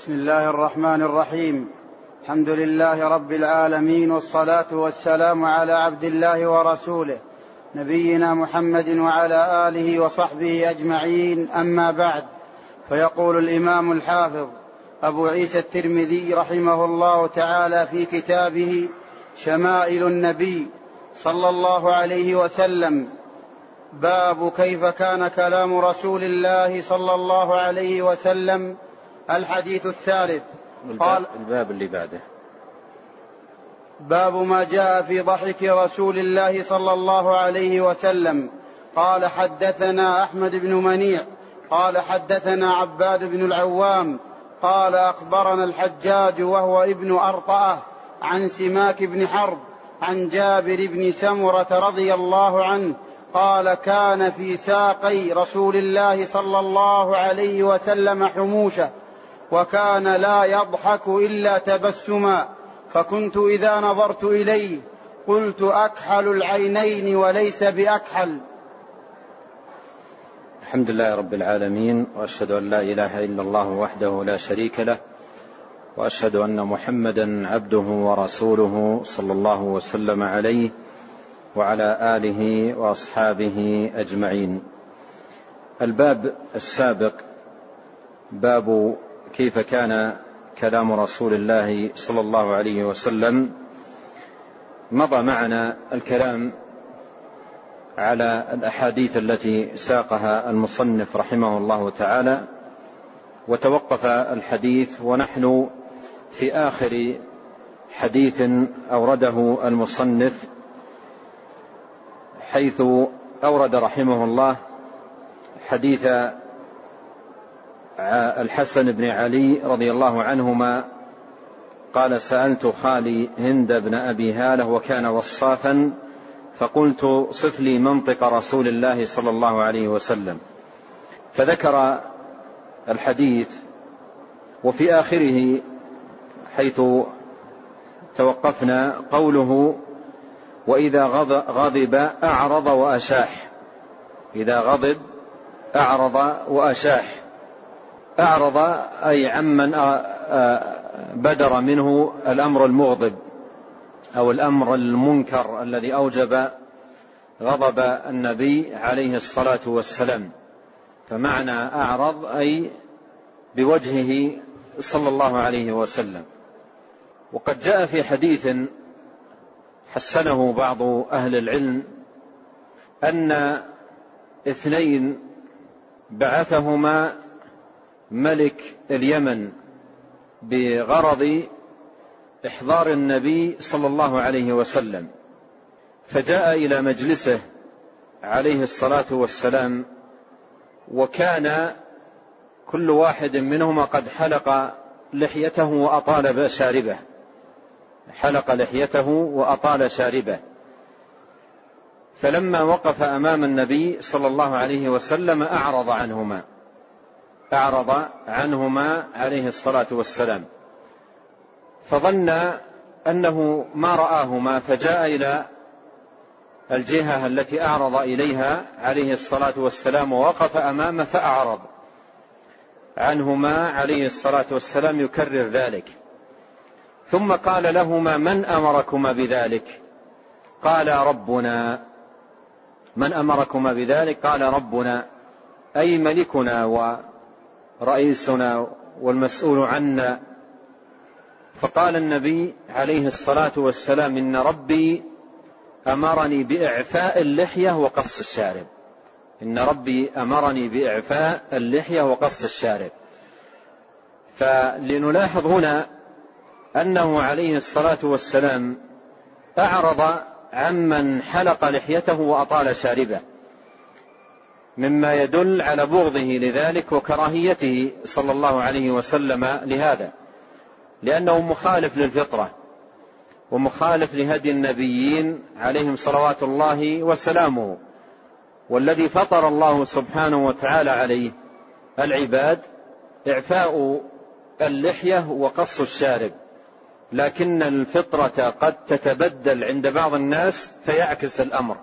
بسم الله الرحمن الرحيم. الحمد لله رب العالمين، والصلاة والسلام على عبد الله ورسوله نبينا محمد وعلى آله وصحبه أجمعين، أما بعد. فيقول الإمام الحافظ أبو عيسى الترمذي رحمه الله تعالى في كتابه شمائل النبي صلى الله عليه وسلم: باب كيف كان كلام رسول الله صلى الله عليه وسلم. الحديث الثالث. قال الباب اللي بعده باب ما جاء في ضحك رسول الله صلى الله عليه وسلم. قال حدثنا أحمد بن منيع قال حدثنا عباد بن العوام قال أخبرنا الحجاج وهو ابن أرطأة عن سماك بن حرب عن جابر بن سمرة رضي الله عنه قال: كان في ساقي رسول الله صلى الله عليه وسلم حموشة، وكان لا يضحك إلا تبسما، فكنت إذا نظرت إليه قلت: أكحل العينين وليس بأكحل. الحمد لله رب العالمين، وأشهد أن لا إله إلا الله وحده لا شريك له، وأشهد أن محمدا عبده ورسوله صلى الله وسلم عليه وعلى آله وأصحابه أجمعين. الباب السابق باب كيف كان كلام رسول الله صلى الله عليه وسلم. مضى معنا الكلام على الأحاديث التي ساقها المصنف رحمه الله تعالى، وتوقف الحديث ونحن في آخر حديث أورده المصنف، حيث أورد رحمه الله حديث الحسن بن علي رضي الله عنهما قال: سألت خالي هند بن أبي هالة وكان وصافا، فقلت: صف لي منطق رسول الله صلى الله عليه وسلم. فذكر الحديث، وفي آخره حيث توقفنا قوله: وإذا غضب أعرض وأشاح. إذا غضب أعرض وأشاح. أعرض أي عمن بدر منه الأمر المغضب أو الأمر المنكر الذي أوجب غضب النبي عليه الصلاة والسلام. فمعنى أعرض أي بوجهه صلى الله عليه وسلم. وقد جاء في حديث حسنه بعض أهل العلم أن اثنين بعثهما ملك اليمن بغرض إحضار النبي صلى الله عليه وسلم، فجاء إلى مجلسه عليه الصلاة والسلام، وكان كل واحد منهما قد حلق لحيته وأطال شاربه، حلق لحيته وأطال شاربه. فلما وقف أمام النبي صلى الله عليه وسلم أعرض عنهما عليه الصلاة والسلام، فظن أنه ما رآهما، فجاء إلى الجهة التي أعرض إليها عليه الصلاة والسلام ووقف أمامه، فأعرض عنهما عليه الصلاة والسلام يكرر ذلك. ثم قال لهما: من أمركما بذلك؟ قال: ربنا. من أمركما بذلك؟ قال: ربنا، أي ملكنا ورئيسنا والمسؤول عنا. فقال النبي عليه الصلاة والسلام: إن ربي أمرني بإعفاء اللحية وقص الشارب. إن ربي أمرني بإعفاء اللحية وقص الشارب. فلنلاحظ هنا أنه عليه الصلاة والسلام أعرض عمن حلق لحيته وأطال شاربه، مما يدل على بغضه لذلك وكراهيته صلى الله عليه وسلم لهذا، لأنه مخالف للفطرة ومخالف لهدي النبيين عليهم صلوات الله وسلامه. والذي فطر الله سبحانه وتعالى عليه العباد إعفاء اللحية وقص الشارب، لكن الفطرة قد تتبدل عند بعض الناس فيعكس الأمر،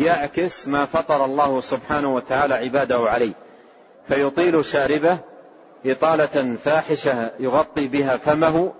يعكس ما فطر الله سبحانه وتعالى عباده عليه، فيطيل شاربه إطالة فاحشة يغطي بها فمه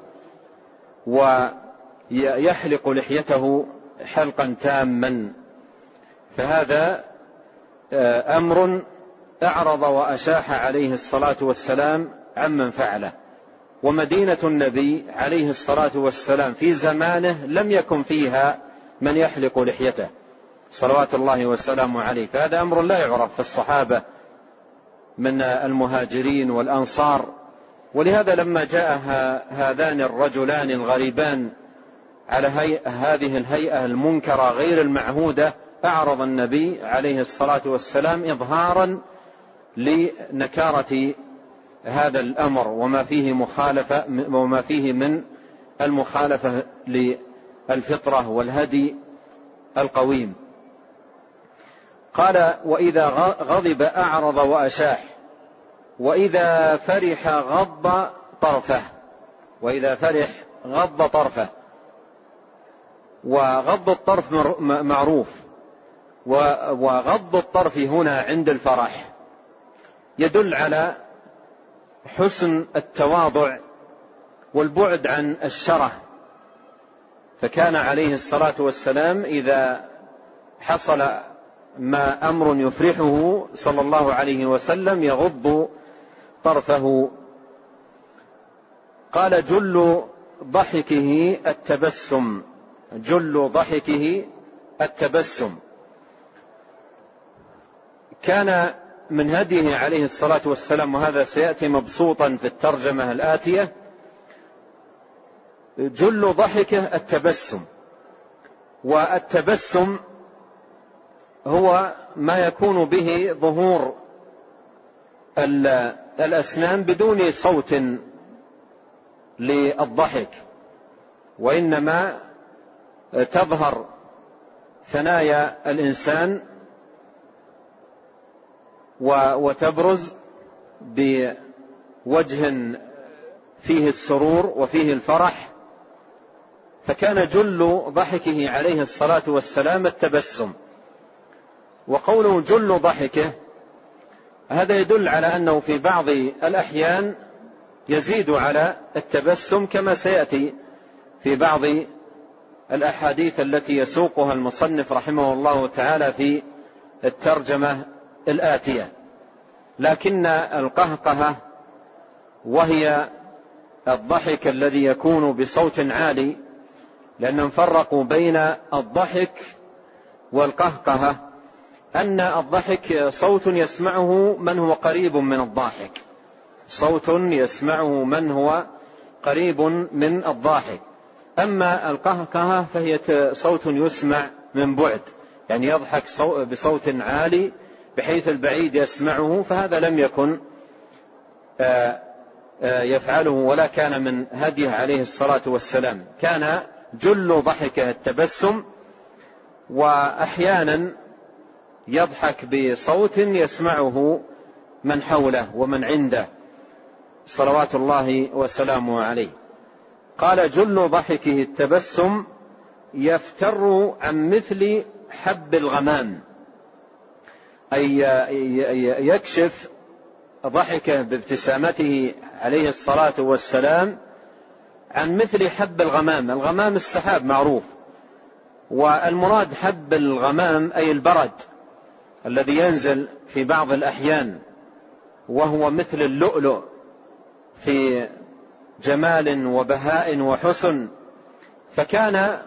ويحلق لحيته حلقا تاما، فهذا أمر أعرض وأشاح عليه الصلاة والسلام عمن فعله. ومدينة النبي عليه الصلاة والسلام في زمانه لم يكن فيها من يحلق لحيته صلوات الله والسلام عليه، فهذا أمر لا يعرف في الصحابة من المهاجرين والأنصار. ولهذا لما جاء هذان الرجلان الغريبان على هذه الهيئة المنكرة غير المعهودة، أعرض النبي عليه الصلاة والسلام إظهارا لنكارة هذا الأمر وما فيه من المخالفة للفطرة والهدي القويم. قال: وإذا غضب أعرض وأشاح، وإذا فرح غض طرفه. وإذا فرح غض طرفه، وغض الطرف معروف، وغض الطرف هنا عند الفرح يدل على حسن التواضع والبعد عن الشره. فكان عليه الصلاة والسلام إذا حصل ما أمر يفرحه صلى الله عليه وسلم يغض طرفه. قال: جل ضحكه التبسم. جل ضحكه التبسم. كان من هديه عليه الصلاة والسلام، وهذا سيأتي مبسوطا في الترجمة الآتية، جل ضحكه التبسم. والتبسم هو ما يكون به ظهور الأسنان بدون صوت للضحك، وإنما تظهر ثنايا الإنسان وتبرز بوجه فيه السرور وفيه الفرح. فكان جل ضحكه عليه الصلاة والسلام التبسم. وقوله جل ضحكه هذا يدل على أنه في بعض الأحيان يزيد على التبسم، كما سيأتي في بعض الأحاديث التي يسوقها المصنف رحمه الله تعالى في الترجمة الآتية. لكن القهقهة، وهي الضحك الذي يكون بصوت عالي، لأنهم فرقوا بين الضحك والقهقهة، أن الضحك صوت يسمعه من هو قريب من الضاحك، صوت يسمعه من هو قريب من الضاحك. أما القهقهة فهي صوت يسمع من بعد، يعني يضحك بصوت عالي بحيث البعيد يسمعه، فهذا لم يكن يفعله ولا كان من هديه عليه الصلاة والسلام. كان جل ضحكه التبسم، وأحيانا يضحك بصوت يسمعه من حوله ومن عنده صلوات الله وسلامه عليه. قال: جل ضحكه التبسم يفتر عن مثل حب الغمام، أي يكشف ضحكه بابتسامته عليه الصلاة والسلام عن مثل حب الغمام. الغمام السحاب معروف، والمراد حب الغمام أي البرد الذي ينزل في بعض الأحيان، وهو مثل اللؤلؤ في جمال وبهاء وحسن. فكان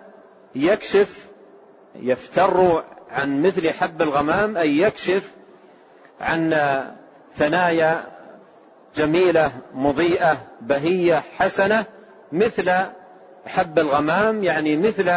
يفتر عن مثل حب الغمام، أي يكشف عن ثنايا جميلة مضيئة بهية حسنة مثل حب الغمام، يعني مثل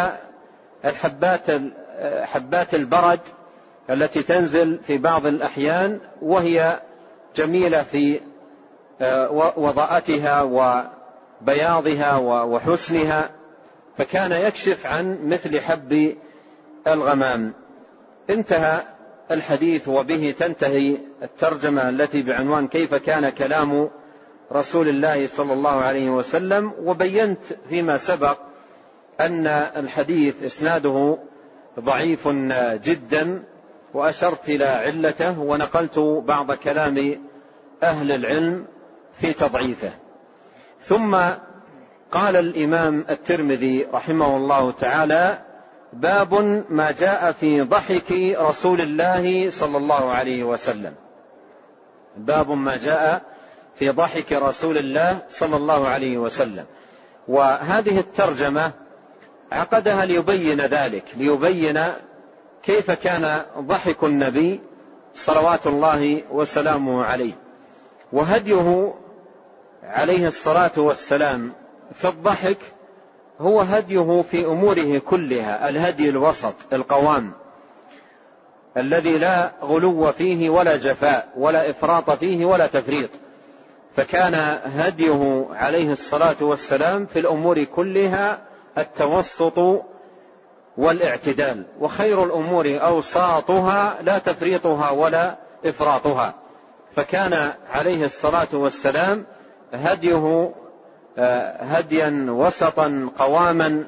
حبات البرد التي تنزل في بعض الأحيان، وهي جميلة في وضاءتها وبياضها وحسنها. فكان يكشف عن مثل حب الغمام. انتهى الحديث، وبه تنتهي الترجمة التي بعنوان كيف كان كلام رسول الله صلى الله عليه وسلم. وبينت فيما سبق أن الحديث إسناده ضعيف جدا، وأشرت إلى علته، ونقلت بعض كلام أهل العلم في تضعيفه. ثم قال الإمام الترمذي رحمه الله تعالى: باب ما جاء في ضحك رسول الله صلى الله عليه وسلم. باب ما جاء في ضحك رسول الله صلى الله عليه وسلم. وهذه الترجمة عقدها ليبين ذلك، ليبين كيف كان ضحك النبي صلوات الله وسلامه عليه. وهديه عليه الصلاة والسلام في الضحك هو هديه في أموره كلها، الهدي الوسط القوام الذي لا غلو فيه ولا جفاء ولا إفراط فيه ولا تفريط. فكان هديه عليه الصلاة والسلام في الأمور كلها التوسط والاعتدال، وخير الأمور أوساطها لا تفريطها ولا إفراطها. فكان عليه الصلاة والسلام هديه هديا وسطا قواما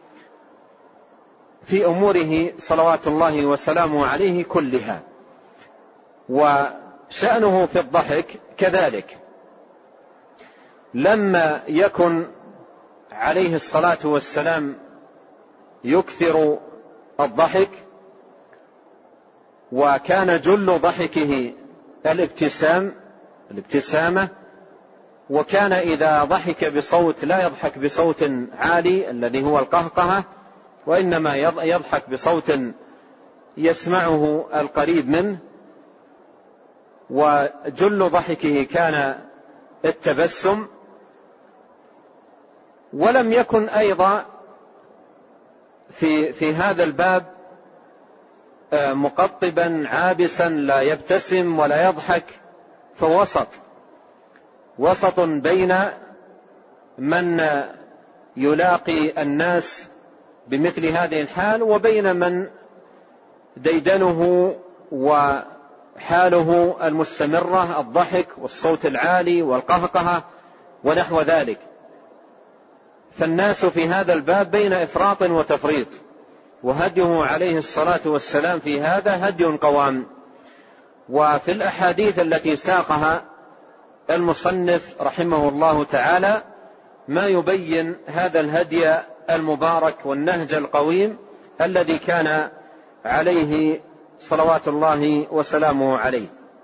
في أموره صلوات الله وسلامه عليه كلها. وشأنه في الضحك كذلك، لما يكن عليه الصلاة والسلام يكثر الضحك، وكان جل ضحكه الابتسامة، وكان إذا ضحك بصوت لا يضحك بصوت عالي الذي هو القهقهة، وإنما يضحك بصوت يسمعه القريب منه. وجل ضحكه كان التبسم. ولم يكن أيضا في هذا الباب مقطبا عابسا لا يبتسم ولا يضحك، فوسط بين من يلاقي الناس بمثل هذه الحال وبين من ديدنه وحاله المستمرة الضحك والصوت العالي والقهقهة ونحو ذلك. فالناس في هذا الباب بين إفراط وتفريط، وهديه عليه الصلاة والسلام في هذا هدي قوام. وفي الأحاديث التي ساقها المصنف رحمه الله تعالى ما يبين هذا الهدي المبارك والنهج القويم الذي كان عليه صلوات الله وسلامه عليه.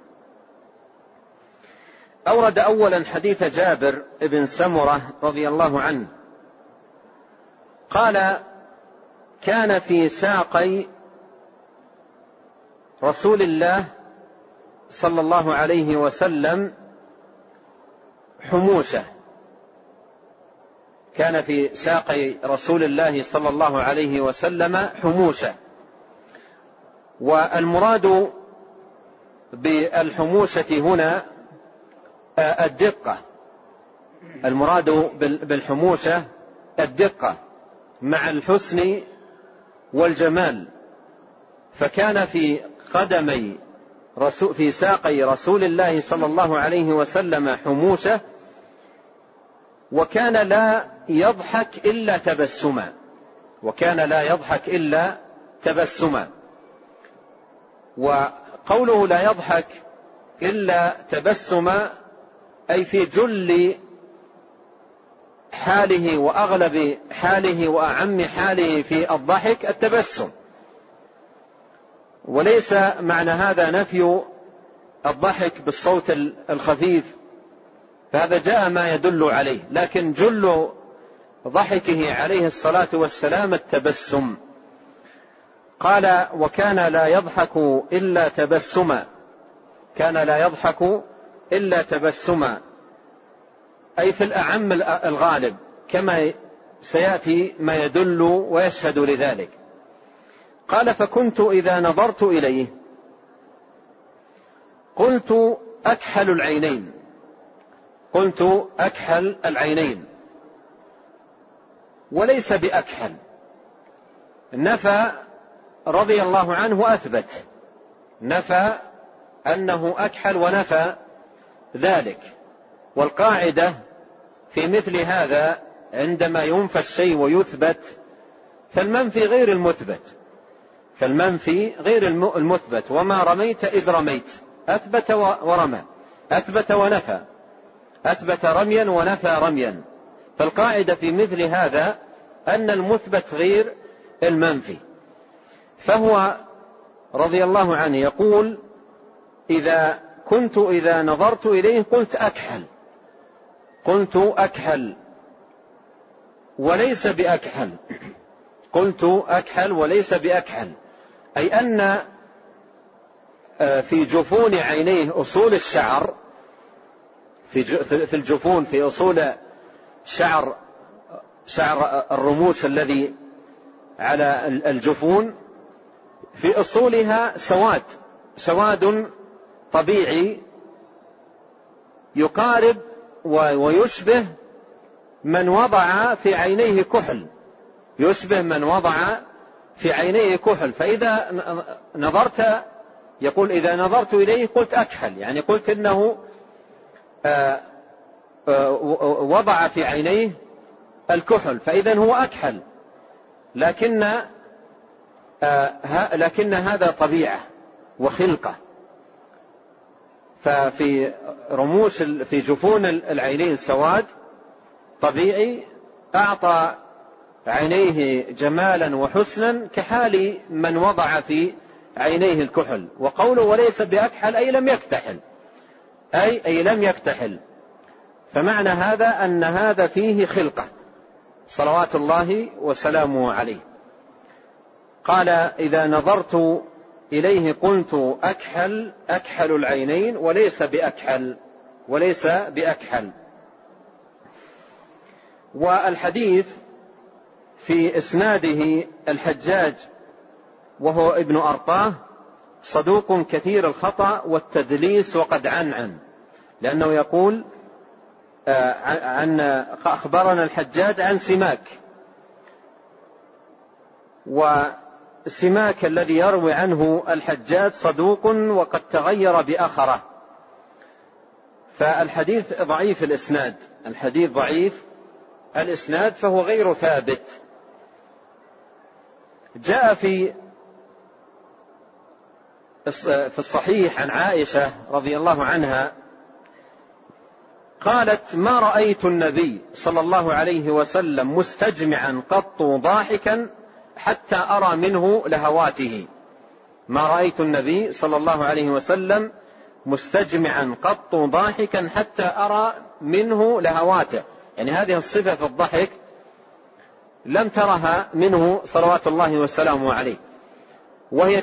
أورد أولا حديث جابر بن سمرة رضي الله عنه قال: كان في ساقي رسول الله صلى الله عليه وسلم حموشة. كان في ساقي رسول الله صلى الله عليه وسلم حموشة. والمراد بالحموشة هنا الدقة، المراد بالحموشة الدقة مع الحسن والجمال. فكان في قدمي في ساقي رسول الله صلى الله عليه وسلم حموشة، وكان لا يضحك إلا تبسما، وكان لا يضحك إلا تبسما. وقوله لا يضحك إلا تبسما أي في جل حاله وأغلب حاله وأعم حاله في الضحك التبسم. وليس معنى هذا نفي الضحك بالصوت الخفيف، فهذا جاء ما يدل عليه، لكن جل ضحكه عليه الصلاة والسلام التبسم. قال: وكان لا يضحك إلا تبسما، كان لا يضحك إلا تبسما أي في الأعم الغالب، كما سيأتي ما يدل ويشهد لذلك. قال: فكنت إذا نظرت إليه قلت أكحل العينين، قلت أكحل العينين، وليس بأكحل. نفى رضي الله عنه أثبت، نفى أنه أكحل ونفى ذلك. والقاعدة في مثل هذا عندما ينفى الشيء ويثبت فالمنفي غير المثبت، فالمنفي غير المثبت. وما رميت إذ رميت، أثبت ورمى، أثبت ونفى. أثبت رميا ونفى رميا. فالقاعدة في مثل هذا أن المثبت غير المنفي. فهو رضي الله عنه يقول إذا نظرت إليه قلت أكحل وليس بأكحل. قلت أكحل وليس بأكحل، أي أن في جفون عينيه أصول الشعر، في الجفون، في أصول شعر الرموش الذي على الجفون، في أصولها سواد طبيعي يقارب ويشبه من وضع في عينيه كحل، فإذا نظرت، يقول إذا نظرت إليه قلت أكحل، يعني قلت إنه وضع في عينيه الكحل، فإذا هو أكحل، لكن هذا طبيعة وخلقة. ففي في جفون العينين سواد طبيعي أعطى عينيه جمالا وحسنا كحال من وضع في عينيه الكحل. وقوله وليس بأكحل أي لم يكتحل، فمعنى هذا أن هذا فيه خلقة صلوات الله وسلامه عليه. قال إذا نظرت إليه قلت أكحل العينين وليس بأكحل. والحديث في إسناده الحجاج وهو ابن أرطاه صدوق كثير الخطأ والتدليس وقد عنعن، لأنه يقول أخبرنا الحجاج عن سماك الذي يروي عنه الحجاج صدوق وقد تغير بأخره، فالحديث ضعيف الإسناد، فهو غير ثابت. جاء في الصحيح عن عائشة رضي الله عنها قالت ما رأيت النبي صلى الله عليه وسلم مستجمعا قط ضاحكا حتى أرى منه لهواته. ما رأيت النبي صلى الله عليه وسلم مستجمعا قط ضاحكا حتى أرى منه لهواته، يعني هذه الصفة في الضحك لم ترها منه صلوات الله وسلامه عليه، وهي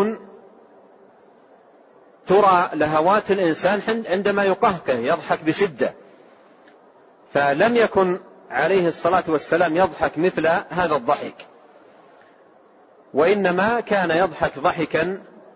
ترى لهوات الإنسان عندما يقهقه يضحك بشدة، فلم يكن عليه الصلاة والسلام يضحك مثل هذا الضحك، وإنما كان يضحك ضحكا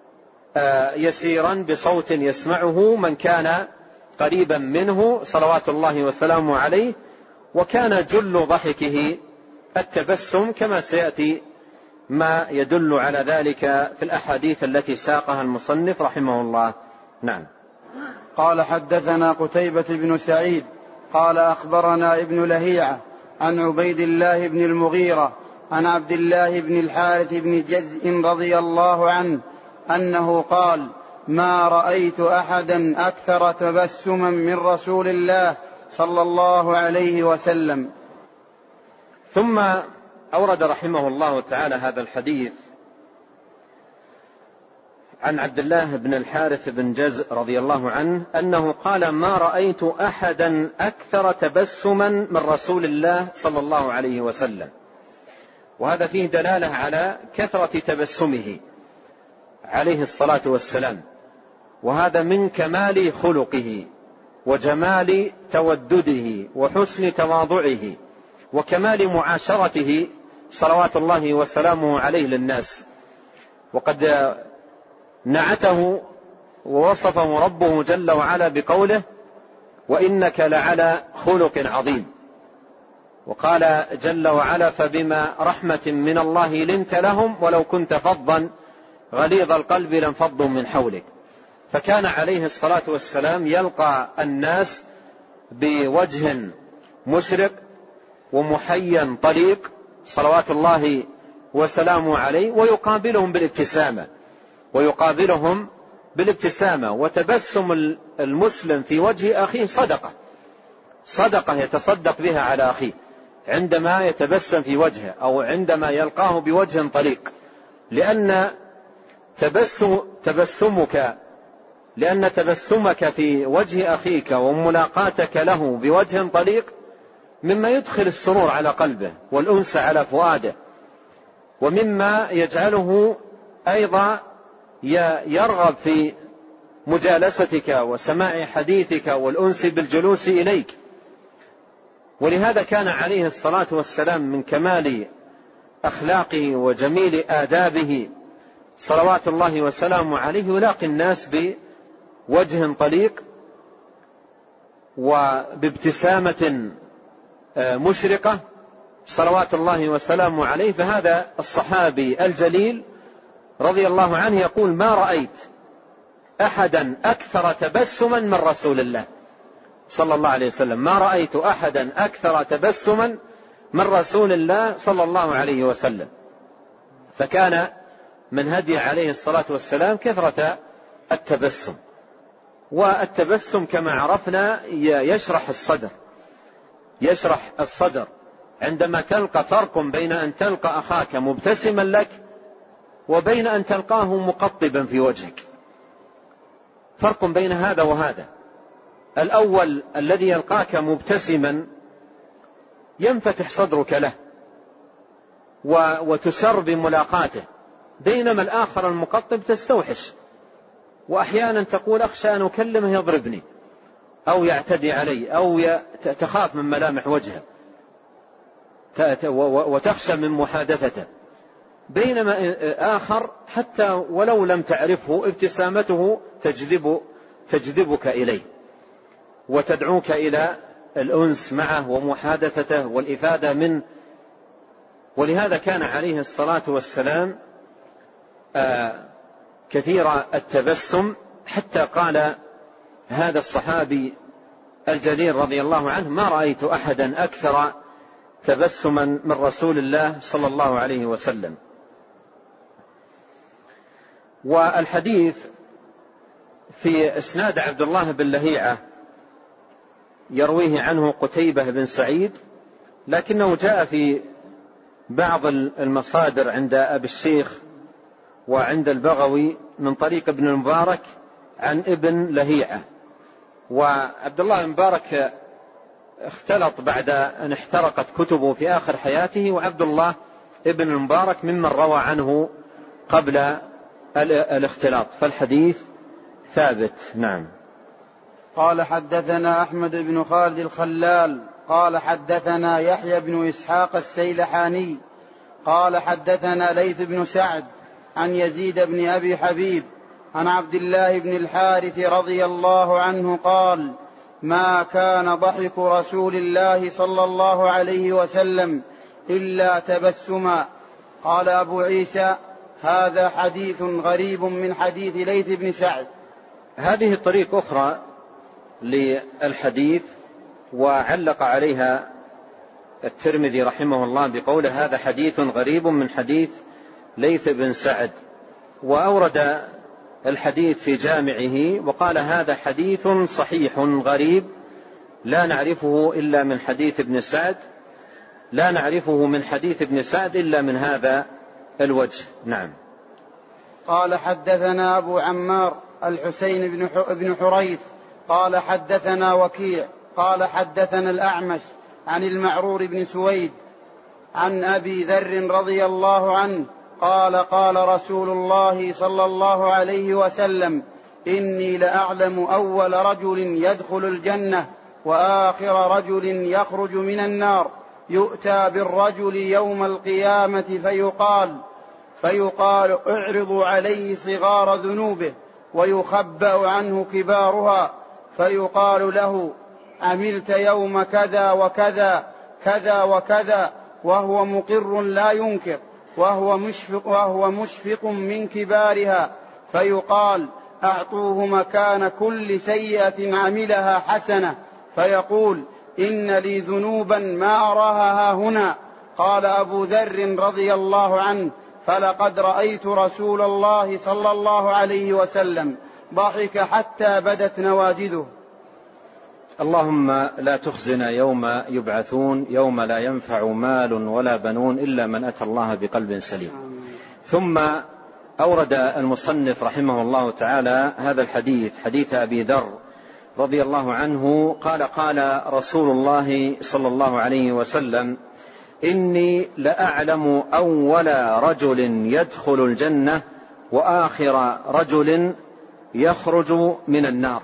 يسيرا بصوت يسمعه من كان قريبا منه صلوات الله وسلامه عليه، وكان جل ضحكه التبسم كما سيأتي ما يدل على ذلك في الأحاديث التي ساقها المصنف رحمه الله. نعم. قال حدثنا قتيبة بن سعيد قال أخبرنا ابن لهيعة عن عبيد الله بن المغيرة عن عبد الله بن الحارث بن جزء رضي الله عنه أنه قال ما رأيت أحدا أكثر تبسما من رسول الله صلى الله عليه وسلم. ثم أورد رحمه الله تعالى هذا الحديث عن عبد الله بن الحارث بن جزء رضي الله عنه أنه قال ما رأيت أحدا أكثر تبسما من رسول الله صلى الله عليه وسلم، وهذا فيه دلالة على كثرة تبسمه عليه الصلاة والسلام، وهذا من كمال خلقه وجمال تودده وحسن تواضعه وكمال معاشرته صلوات الله وسلامه عليه للناس. وقد نعته ووصفه ربه جل وعلا بقوله وإنك لعلى خلق عظيم، وقال جل وعلا فبما رحمة من الله لنت لهم ولو كنت فظا غليظ القلب لانفضوا من حولك. فكان عليه الصلاة والسلام يلقى الناس بوجه مشرق ومحيا طليق صلوات الله وسلامه عليه، ويقابلهم بالابتسامة. وتبسم المسلم في وجه أخيه صدقة، صدقة يتصدق بها على أخيه عندما يتبسم في وجهه أو عندما يلقاه بوجه طليق، لأن تبسمك في وجه أخيك وملاقاتك له بوجه طليق مما يدخل السرور على قلبه والأنس على فؤاده، ومما يجعله أيضا يرغب في مجالستك وسماع حديثك والأنس بالجلوس إليك. ولهذا كان عليه الصلاة والسلام من كمال أخلاقه وجميل آدابه صلوات الله وسلامه عليه يلاقي الناس بوجه طليق وبابتسامة مشرقة صلوات الله وسلامه عليه. فهذا الصحابي الجليل رضي الله عنه يقول: ما رأيت أحدا أكثر تبسما من رسول الله صلى الله عليه وسلم، ما رأيت أحدا أكثر تبسما من رسول الله صلى الله عليه وسلم. فكان من هدي عليه الصلاة والسلام كثرة التبسم، والتبسم كما عرفنا يشرح الصدر عندما تلقى فرق بين أن تلقى أخاك مبتسما لك وبين أن تلقاه مقطبا في وجهك، فرق بين هذا وهذا. الأول الذي يلقاك مبتسما ينفتح صدرك له وتسر بملاقاته، بينما الآخر المقطب تستوحش، وأحيانا تقول: أخشى أن أكلمه يضربني أو يعتدي علي أو تخاف من ملامح وجهه وتخشى من محادثته. بينما آخر حتى ولو لم تعرفه ابتسامته تجذبك إليه وتدعوك إلى الأنس معه ومحادثته والإفادة منه. ولهذا كان عليه الصلاة والسلام كثير التبسم، حتى قال هذا الصحابي الجليل رضي الله عنه: ما رأيت أحدا أكثر تبسما من رسول الله صلى الله عليه وسلم. والحديث في إسناد عبد الله بن لهيعة يرويه عنه قتيبة بن سعيد، لكنه جاء في بعض المصادر عند أبي الشيخ وعند البغوي من طريق ابن المبارك عن ابن لهيعة. وعبد الله بن مبارك اختلط بعد أن احترقت كتبه في آخر حياته، وعبد الله ابن المبارك ممن روى عنه قبل الاختلاط، فالحديث ثابت. نعم. قال: حدثنا أحمد بن خالد الخلال قال حدثنا يحيى بن إسحاق السيلحاني قال حدثنا ليث بن سعد عن يزيد بن أبي حبيب عن عبد الله بن الحارث رضي الله عنه قال: ما كان ضحك رسول الله صلى الله عليه وسلم إلا تبسما. قال أبو عيسى: هذا حديث غريب من حديث ليث بن سعد. هذه طريق أخرى للحديث، وعلق عليها الترمذي رحمه الله بقوله: هذا حديث غريب من حديث ليث بن سعد، وأورد الحديث في جامعه وقال: هذا حديث صحيح غريب لا نعرفه إلا من حديث ابن سعد، لا نعرفه من حديث ابن سعد إلا من هذا الوجه. نعم. قال: حدثنا أبو عمار الحسين بن حريث قال حدثنا وكيع قال حدثنا الأعمش عن المعرور بن سويد عن أبي ذر رضي الله عنه قال: قال رسول الله صلى الله عليه وسلم: إني لأعلم أول رجل يدخل الجنة وآخر رجل يخرج من النار، يؤتى بالرجل يوم القيامة فيقال اعرضوا عليه صغار ذنوبه ويخبأ عنه كبارها، فيقال له: عملت يوم كذا وكذا كذا وكذا، وهو مقر لا ينكر وهو مشفق من كبارها، فيقال: أعطوه مكان كل سيئة عملها حسنة، فيقول: إن لي ذنوبا ما أراها هنا. قال أبو ذر رضي الله عنه: فلقد رأيت رسول الله صلى الله عليه وسلم ضحك حتى بدت نواجذه. اللهم لا تخزنا يوم يبعثون يوم لا ينفع مال ولا بنون إلا من أتى الله بقلب سليم. ثم أورد المصنف رحمه الله تعالى هذا الحديث، حديث أبي ذر رضي الله عنه قال: قال رسول الله صلى الله عليه وسلم: إني لأعلم أول رجل يدخل الجنة وآخر رجل يخرج من النار.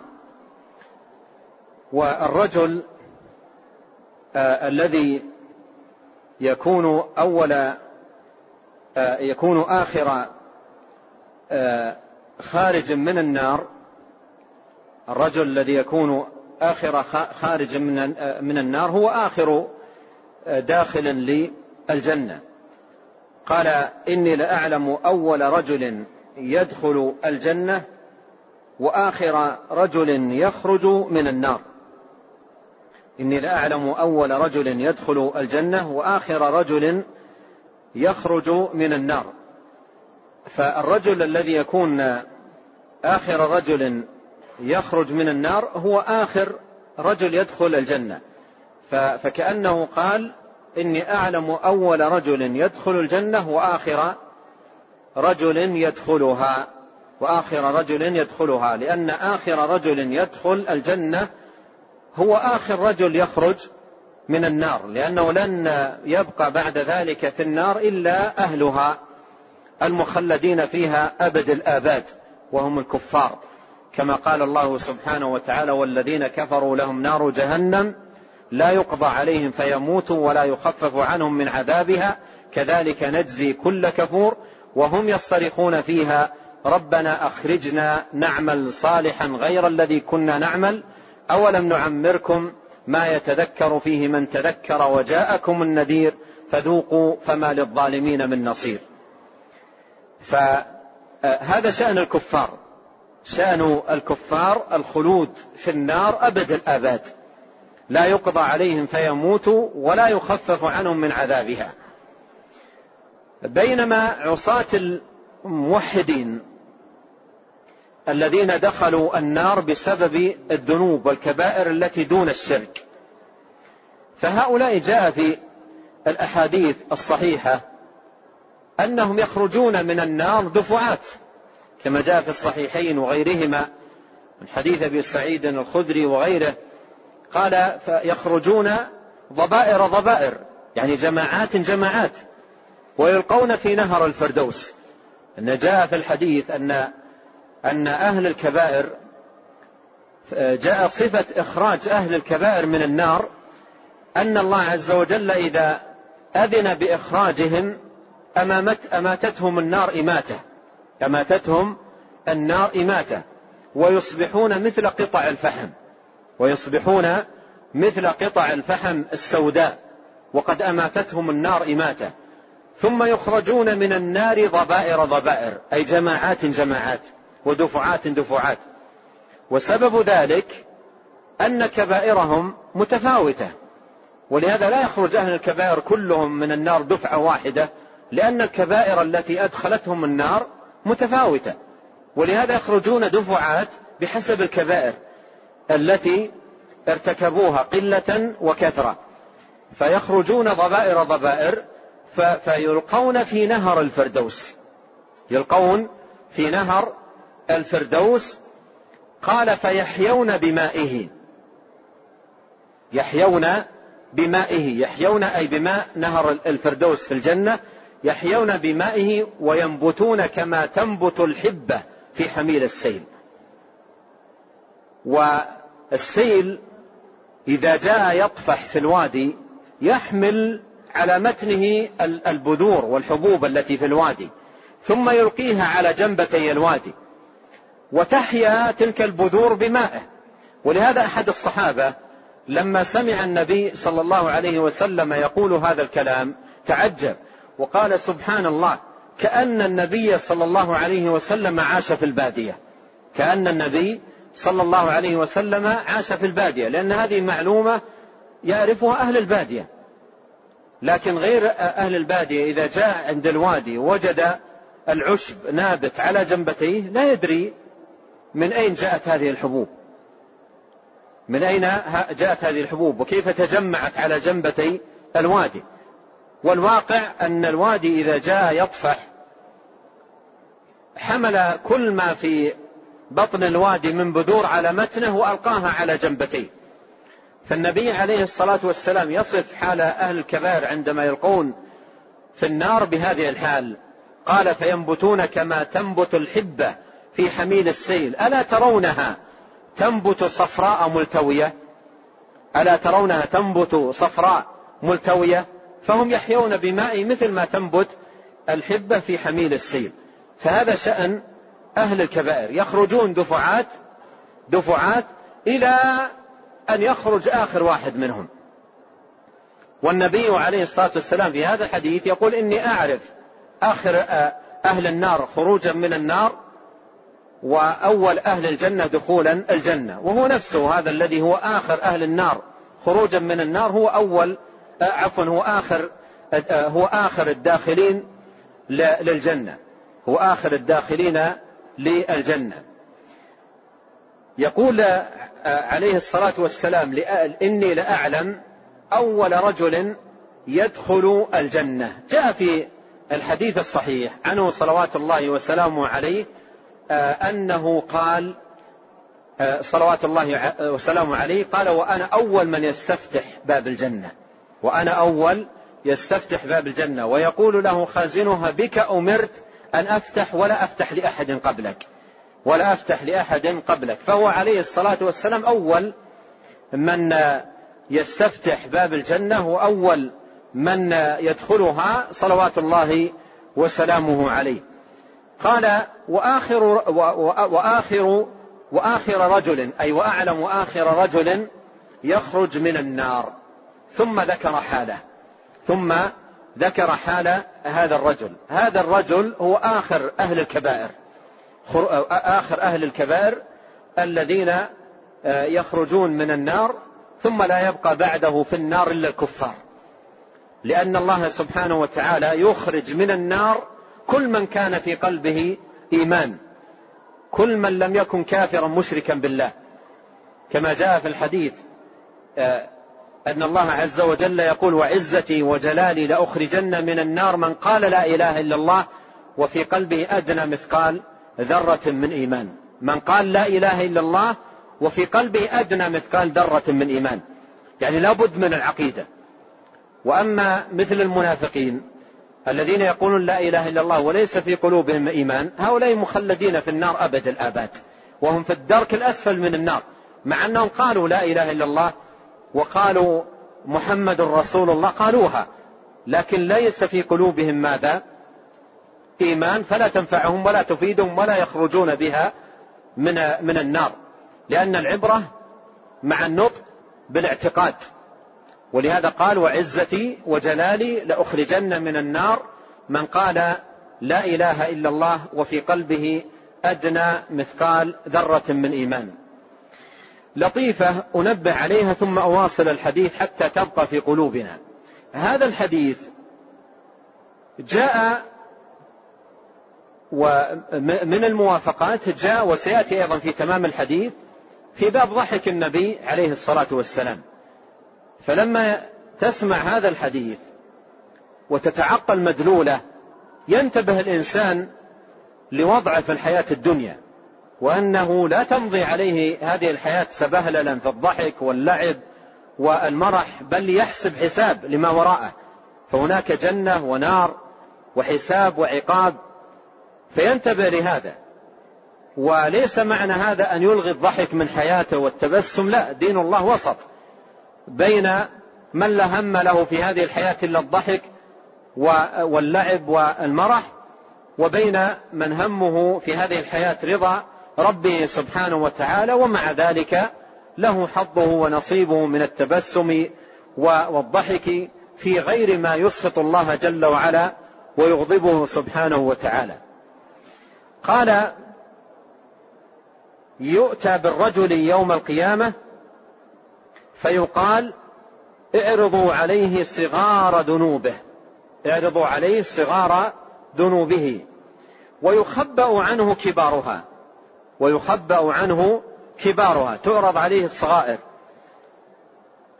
والرجل الذي يكون آخر خارج من النار، الرجل الذي يكون آخر خارج من النار هو آخر داخل للجنة. قال: إني لأعلم أول رجل يدخل الجنة وآخر رجل يخرج من النار. إني لأعلم أول رجل يدخل الجنة وآخر رجل يخرج من النار. فالرجل الذي يكون آخر رجل يخرج من النار هو آخر رجل يدخل الجنة. فكأنه قال: إني أعلم أول رجل يدخل الجنة وآخر رجل يدخلها، لأن آخر رجل يدخل الجنة هو آخر رجل يخرج من النار، لأنه لن يبقى بعد ذلك في النار إلا أهلها المخلدين فيها أبد الآباد وهم الكفار، كما قال الله سبحانه وتعالى: والذين كفروا لهم نار جهنم لا يقضى عليهم فيموتوا ولا يخفف عنهم من عذابها كذلك نجزي كل كفور وهم يصطرخون فيها ربنا أخرجنا نعمل صالحا غير الذي كنا نعمل أولم نعمركم ما يتذكر فيه من تذكر وجاءكم النذير فذوقوا فما للظالمين من نصير. فهذا شأن الكفار، شأن الكفار الخلود في النار أبد الآباد، لا يقضى عليهم فيموتوا ولا يخفف عنهم من عذابها. بينما عصاة الموحدين الذين دخلوا النار بسبب الذنوب والكبائر التي دون الشرك، فهؤلاء جاء في الأحاديث الصحيحة أنهم يخرجون من النار دفعات، كما جاء في الصحيحين وغيرهما من حديث أبي سعيد الخدري وغيره، قال: فيخرجون ضبائر يعني جماعات ويلقون في نهر الفردوس. أن جاء في الحديث أن أهل الكبائر جاء صفة إخراج أهل الكبائر من النار أن الله عز وجل إذا أذن بإخراجهم أماتتهم النار إماتة ويصبحون مثل قطع الفحم السوداء وقد أماتتهم النار إماتة، ثم يخرجون من النار ضبائر أي جماعات ودفعات. وسبب ذلك أن كبائرهم متفاوتة، ولهذا لا يخرج أهل الكبائر كلهم من النار دفعة واحدة، لأن الكبائر التي أدخلتهم النار متفاوتة، ولهذا يخرجون دفعات بحسب الكبائر التي ارتكبوها قلة وكثرة، فيخرجون ضبائر فيلقون في نهر الفردوس. قال: فيحيون بمائه يحيون أي بماء نهر الفردوس في الجنة، يحيون بمائه وينبتون كما تنبت الحبة في حميل السيل. والسيل إذا جاء يطفح في الوادي يحمل على متنه البذور والحبوب التي في الوادي، ثم يلقيها على جنبتي الوادي وتحيا تلك البذور بمائه. ولهذا أحد الصحابة لما سمع النبي صلى الله عليه وسلم يقول هذا الكلام تعجب وقال: سبحان الله، كأن النبي صلى الله عليه وسلم عاش في البادية، لأن هذه معلومة يعرفها أهل البادية، لكن غير أهل البادية إذا جاء عند الوادي وجد العشب نابت على جنبتيه لا يدري من أين جاءت هذه الحبوب، من أين جاءت هذه الحبوب وكيف تجمعت على جنبتي الوادي. والواقع أن الوادي إذا جاء يطفح حمل كل ما في بطن الوادي من بذور على متنه وألقاها على جنبتيه. فالنبي عليه الصلاة والسلام يصف حال أهل الكبائر عندما يلقون في النار بهذه الحال، قال فينبتون كما تنبت الحبة في حميل السيل ألا ترونها تنبت صفراء ملتوية، ألا ترونها تنبت صفراء ملتوية. فهم يحيون بماء مثل ما تنبت الحبة في حميل السيل. فهذا شأن أهل الكبائر، يخرجون دفعات إلى أن يخرج آخر واحد منهم. والنبي عليه الصلاة والسلام في هذا الحديث يقول إني أعرف آخر أهل النار خروجا من النار وأول أهل الجنة دخولا الجنة. وهو نفسه هذا الذي هو آخر أهل النار خروجا من النار هو آخر الداخلين للجنة، هو آخر الداخلين للجنة. يقول عليه الصلاة والسلام إني لأعلم أول رجل يدخل الجنة. جاء في الحديث الصحيح عنه صلوات الله وسلامه عليه أنه قال صلوات الله وسلامه عليه قال وأنا أول من يستفتح باب الجنة، وأنا أول يستفتح باب الجنة، ويقول له خازنها بك أمرت أن أفتح ولا أفتح لأحد قبلك. فهو عليه الصلاة والسلام أول من يستفتح باب الجنة وأول من يدخلها صلوات الله وسلامه عليه. قال وآخر رجل أي وأعلم آخر رجل يخرج من النار. ثم ذكر حال هذا الرجل هو آخر أهل الكبائر الذين يخرجون من النار ثم لا يبقى بعده في النار إلا الكفار، لأن الله سبحانه وتعالى يخرج من النار كل من كان في قلبه إيمان، كل من لم يكن كافرا مشركا بالله، كما جاء في الحديث أن الله عز وجل يقول وعزتي وجلالي لأخرجن من النار من قال لا إله إلا الله وفي قلبه أدنى مثقال ذرة من إيمان. من قال لا إله إلا الله وفي قلبه أدنى مثقال ذرة من إيمان، يعني لابد من العقيدة. وأما مثل المنافقين الذين يقولون لا إله إلا الله وليس في قلوبهم إيمان، هؤلاء مخلدين في النار أبد الآباد، وهم في الدرك الأسفل من النار، مع أنهم قالوا لا إله إلا الله وقالوا محمد رسول الله، قالوها لكن ليس في قلوبهم ماذا؟ إيمان، فلا تنفعهم ولا تفيدهم ولا يخرجون بها من النار، لأن العبرة مع النطق بالاعتقاد. ولهذا قال وعزتي وجلالي لأخرجن من النار من قال لا إله إلا الله وفي قلبه أدنى مثقال ذرة من إيمان. لطيفة أنبه عليها ثم أواصل الحديث حتى تبقى في قلوبنا. هذا الحديث جاء ومن الموافقات جاء وسيأتي أيضا في تمام الحديث في باب ضحك النبي عليه الصلاة والسلام. فلما تسمع هذا الحديث وتتعقل مدلوله ينتبه الإنسان لوضعه في الحياة الدنيا، وأنه لا تمضي عليه هذه الحياة سبهللا في الضحك واللعب والمرح، بل يحسب حساب لما وراءه، فهناك جنة ونار وحساب وعقاب، فينتبه لهذا. وليس معنى هذا أن يلغي الضحك من حياته والتبسم، لا، دين الله وسط بين من لا هم له في هذه الحياة إلا الضحك واللعب والمرح، وبين من همه في هذه الحياة رضا ربه سبحانه وتعالى، ومع ذلك له حظه ونصيبه من التبسم والضحك في غير ما يسخط الله جل وعلا ويغضبه سبحانه وتعالى. قال يؤتى بالرجل يوم القيامة فيقال اعرضوا عليه صغار ذنوبه ويخبأ عنه كبارها، تعرض عليه الصغائر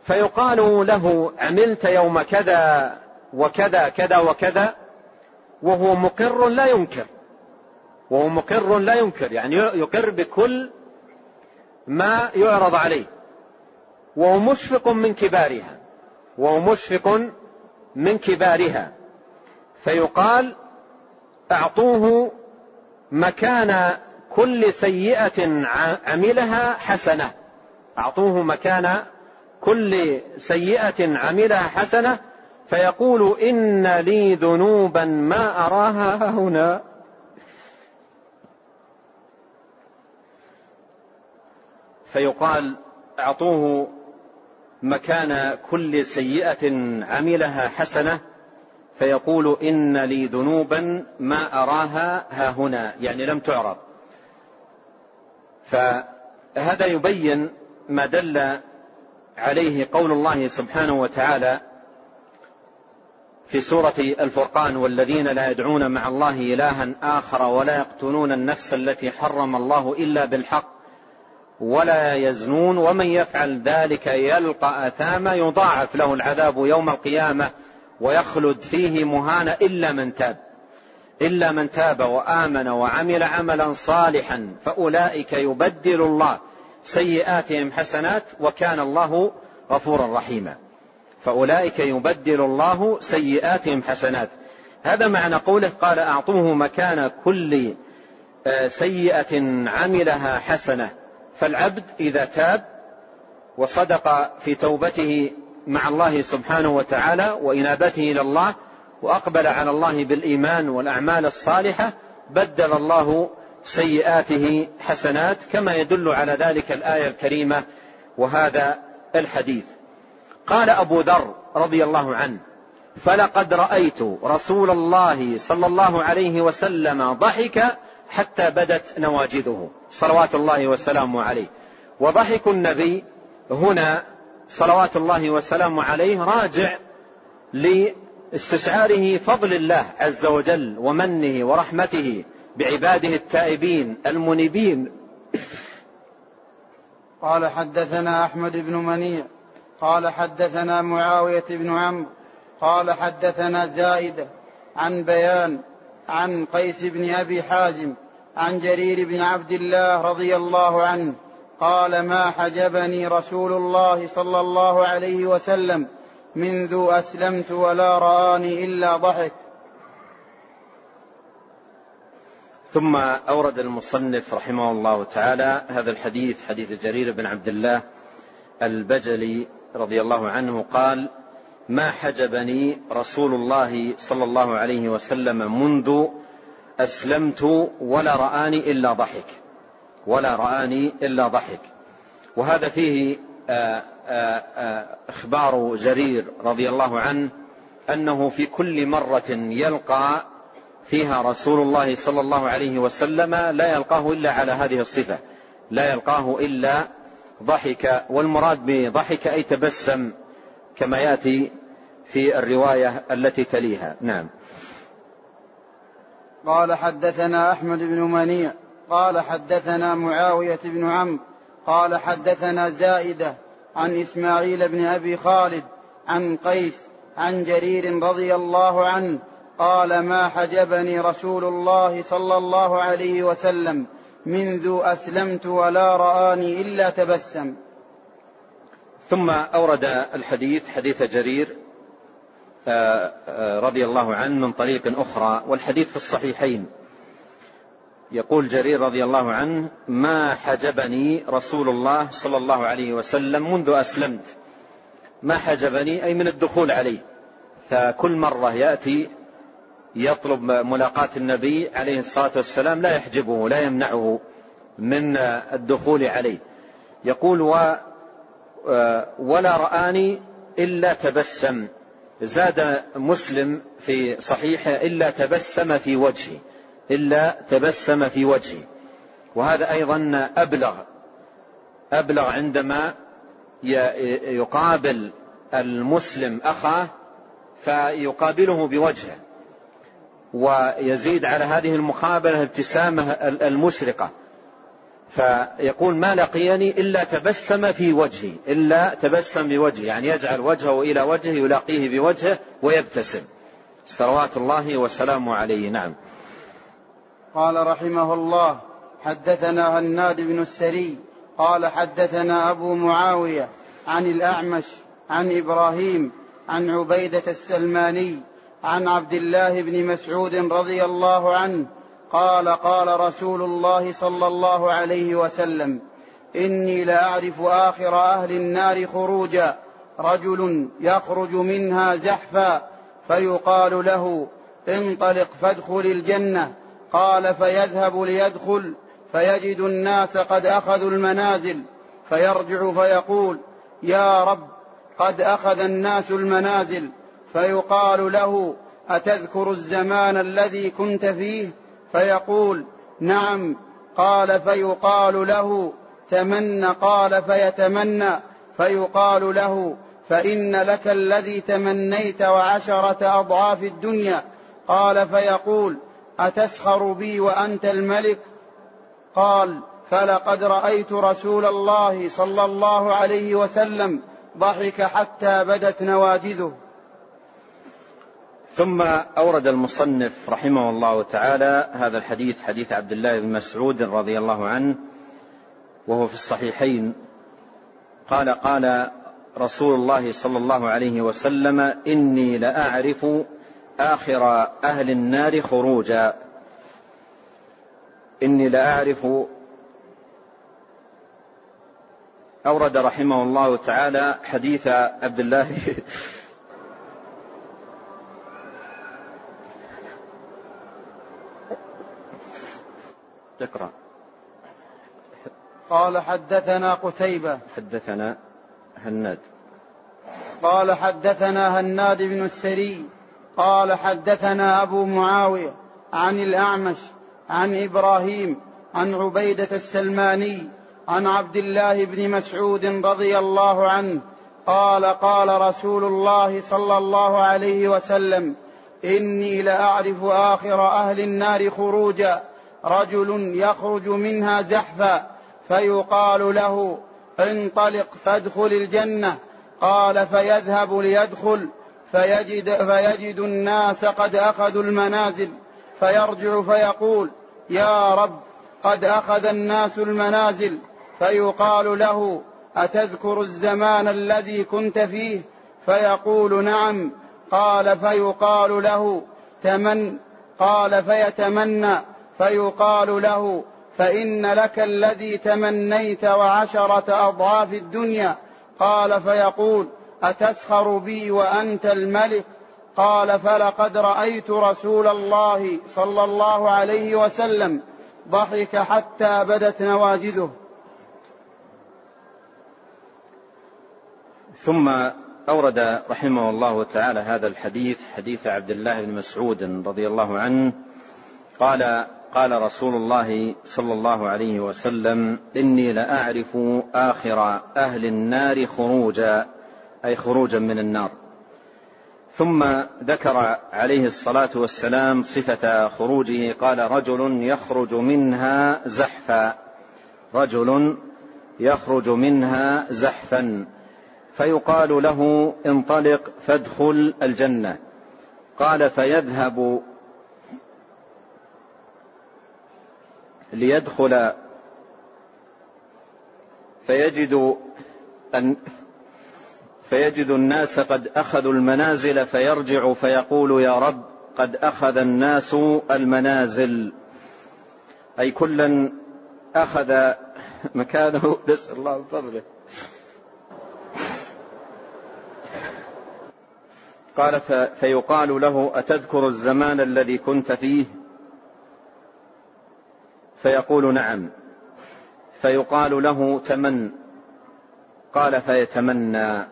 فيقال له عملت يوم كذا وكذا كذا وكذا، وهو مقر لا ينكر، وهو مقر لا ينكر، يعني يقر بكل ما يعرض عليه، وهو مشفق من كبارها، وهو مشفق من كبارها. فيقال أعطوه مكان كل سيئة عملها حسنة، أعطوه مكان كل سيئة عملها حسنة، فيقول إن لي ذنوبا ما أراها هنا. فيقال أعطوه مكان كل سيئة عملها حسنة، فيقول إن لي ذنوبا ما أراها ها هنا، يعني لم تعرض. فهذا يبين ما دل عليه قول الله سبحانه وتعالى في سورة الفرقان: والذين لا يدعون مع الله إلها آخر ولا يقتلون النفس التي حرم الله إلا بالحق ولا يزنون ومن يفعل ذلك يلقى أثاما يضاعف له العذاب يوم القيامة ويخلد فيه مهانا إلا من تاب وآمن وعمل عملا صالحا فأولئك يبدل الله سيئاتهم حسنات وكان الله غفورا رحيما. فأولئك يبدل الله سيئاتهم حسنات. هذا معنى قوله قال أعطوه مكان كل سيئة عملها حسنة. فالعبد إذا تاب وصدق في توبته مع الله سبحانه وتعالى وإنابته إلى الله وأقبل على الله بالإيمان والأعمال الصالحة بدل الله سيئاته حسنات، كما يدل على ذلك الآية الكريمة وهذا الحديث. قال أبو ذر رضي الله عنه: فلقد رأيت رسول الله صلى الله عليه وسلم ضحك حتى بدت نواجذه صلوات الله وسلامه عليه. وضحك النبي هنا صلوات الله وسلامه عليه راجع لاستشعاره فضل الله عز وجل ومنه ورحمته بعباده التائبين المنيبين. قال حدثنا أحمد بن منيع قال حدثنا معاوية بن عمرو قال حدثنا زائدة عن بيان عن قيس بن أبي حازم عن جرير بن عبد الله رضي الله عنه قال: ما حجبني رسول الله صلى الله عليه وسلم منذ أسلمت ولا رآني إلا ضحك. ثم أورد المصنف رحمه الله تعالى هذا الحديث، حديث جرير بن عبد الله البجلي رضي الله عنه قال: ما حجبني رسول الله صلى الله عليه وسلم منذ أسلمت ولا رآني إلا ضحك. وهذا فيه إخبار جرير رضي الله عنه أنه في كل مرة يلقى فيها رسول الله صلى الله عليه وسلم لا يلقاه إلا على هذه الصفة، لا يلقاه إلا ضحك. والمراد بضحك أي تبسم كما يأتي في الرواية التي تليها. نعم. قال حدثنا أحمد بن منيع قال حدثنا معاوية بن عمرو قال حدثنا زائدة عن إسماعيل بن أبي خالد عن قيس عن جرير رضي الله عنه قال: ما حجبني رسول الله صلى الله عليه وسلم منذ أسلمت ولا رآني إلا تبسم. ثم أورد الحديث حديث جرير رضي الله عنه من طريق أخرى، والحديث في الصحيحين. يقول جرير رضي الله عنه: ما حجبني رسول الله صلى الله عليه وسلم منذ أسلمت. ما حجبني أي من الدخول عليه، فكل مرة يأتي يطلب ملاقاة النبي عليه الصلاة والسلام لا يحجبه لا يمنعه من الدخول عليه. يقول: ولا رآني إلا تبسم. زاد مسلم في صحيحه: إلا تبسم في وجهي. وهذا أيضا أبلغ عندما يقابل المسلم أخاه فيقابله بوجهه، ويزيد على هذه المقابلة ابتسامة المشرقة. فيقول ما لقيني إلا تبسم في وجهي، إلا تبسم بوجهه، يعني يجعل وجهه إلى وجهه يلاقيه بوجهه ويبتسم صلوات الله وسلامه عليه. نعم. قال رحمه الله: حدثنا هناد بن السري قال حدثنا أبو معاوية عن الأعمش عن إبراهيم عن عبيدة السلماني عن عبد الله بن مسعود رضي الله عنه قال: قال رسول الله صلى الله عليه وسلم: إني لأعرف آخر أهل النار خروجا، رجل يخرج منها زحفا فيقال له: انطلق فادخل الجنة. قال: فيذهب ليدخل فيجد الناس قد أخذوا المنازل، فيرجع فيقول: يا رب قد أخذ الناس المنازل. فيقال له: أتذكر الزمان الذي كنت فيه؟ فيقول: نعم. قال: فيقال له: تمنى. قال: فيتمنى. فيقال له: فإن لك الذي تمنيت وعشرة أضعاف الدنيا. قال: فيقول: أتسخر بي وأنت الملك؟ قال: فلقد رأيت رسول الله صلى الله عليه وسلم ضحك حتى بدت نواجذه. ثم أورد المصنف رحمه الله تعالى هذا الحديث، حديث عبد الله بن مسعود رضي الله عنه، وهو في الصحيحين. قال: قال رسول الله صلى الله عليه وسلم: إني لأعرف آخر أهل النار خروجا. إني لأعرف. أورد رحمه الله تعالى حديث عبد الله تقرأ. قال: حدثنا قتيبة. حدثنا هناد. قال: حدثنا هناد بن السري قال حدثنا أبو معاوية عن الأعمش عن إبراهيم عن عبيدة السلماني عن عبد الله بن مسعود رضي الله عنه قال: قال رسول الله صلى الله عليه وسلم: إني لأعرف آخر أهل النار خروجا، رجل يخرج منها زحفا فيقال له: انطلق فادخل الجنة. قال: فيذهب ليدخل فيجد الناس قد أخذوا المنازل، فيرجع فيقول: يا رب قد أخذ الناس المنازل. فيقال له: أتذكر الزمان الذي كنت فيه؟ فيقول: نعم. قال: فيقال له: تمن. قال: فيتمنى. فيقال له: فإن لك الذي تمنيت وعشرة أضعاف الدنيا. قال: فيقول: أتسخر بي وأنت الملك؟ قال: فلقد رأيت رسول الله صلى الله عليه وسلم ضحك حتى بدت نواجذه. ثم أورد رحمه الله تعالى هذا الحديث، حديث عبد الله بن مسعود رضي الله عنه قال: قال رسول الله صلى الله عليه وسلم: إني لأعرف آخر أهل النار خروجا، أي خروجا من النار. ثم ذكر عليه الصلاة والسلام صفة خروجه، قال: رجل يخرج منها زحفا، رجل يخرج منها زحفا فيقال له: انطلق فادخل الجنة. قال: فيذهب ليدخل فيجد الناس قد أخذوا المنازل، فيرجع فيقول: يا رب قد أخذ الناس المنازل، أي كلا أخذ مكانه، نسأل الله من فضله. قال: فيقال له: أتذكر الزمان الذي كنت فيه؟ فيقول: نعم. فيقال له: تمن. قال: فيتمنى.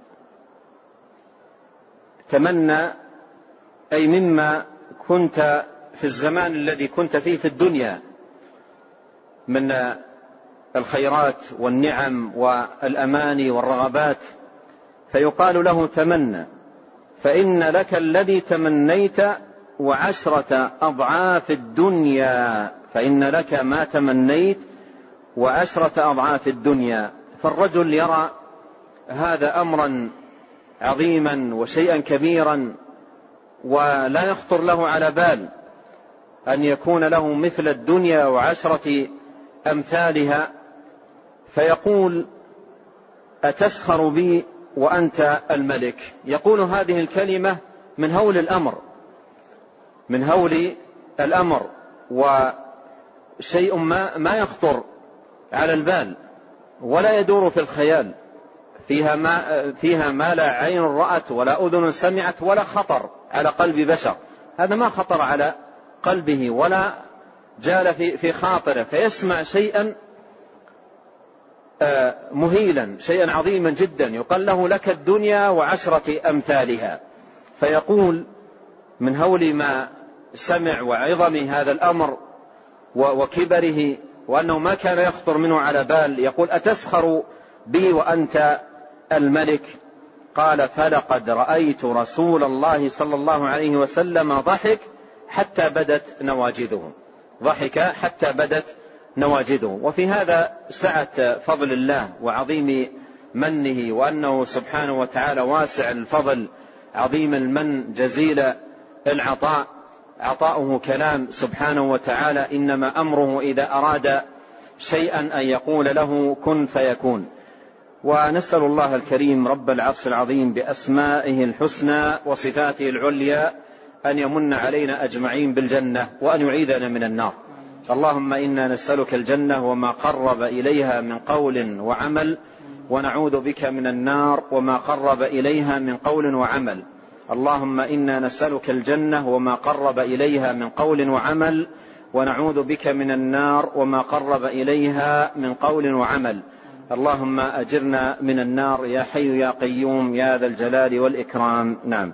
تمنى أي مما كنت في الزمان الذي كنت فيه في الدنيا من الخيرات والنعم والأماني والرغبات، فيقال له: تمنى، فإن لك الذي تمنيت وعشرة أضعاف الدنيا، فإن لك ما تمنيت و10 أضعاف الدنيا. فالرجل يرى هذا أمرا عظيما وشيئا كبيرا، ولا يخطر له على بال أن يكون له مثل الدنيا و10 أمثالها، فيقول: أتسخر بي وأنت الملك؟ يقول هذه الكلمة من هول الأمر، من هول الأمر، وشيء ما يخطر على البال ولا يدور في الخيال، فيها ما لا عين رأت ولا أذن سمعت ولا خطر على قلب بشر. هذا ما خطر على قلبه ولا جال في خاطره، فيسمع شيئا مهيلا، شيئا عظيما جدا، يقال له: لك الدنيا و10 أمثالها. فيقول من هول ما سمع وعظم هذا الأمر وكبره، وأنه ما كان يخطر منه على بال، يقول: أتسخر بي وأنت الملك؟ قال: فلقد رأيت رسول الله صلى الله عليه وسلم ضحك حتى بدت نواجذه، ضحك حتى بدت نواجذه. وفي هذا سعة فضل الله وعظيم منه، وأنه سبحانه وتعالى واسع الفضل عظيم المن جزيل العطاء. عطاؤه كلام سبحانه وتعالى: إنما أمره إذا أراد شيئا أن يقول له كن فيكون. ونسأل الله الكريم رب العرش العظيم بأسمائه الحسنى وصفاته العليا أن يمن علينا أجمعين بالجنة، وأن يعيذنا من النار. اللهم إنا نسألك الجنة وما قرب إليها من قول وعمل، ونعوذ بك من النار وما قرب إليها من قول وعمل. اللهم إنا نسألك الجنة وما قرب إليها من قول وعمل، ونعوذ بك من النار وما قرب إليها من قول وعمل. اللهم أجرنا من النار يا حي يا قيوم يا ذا الجلال والإكرام. نعم.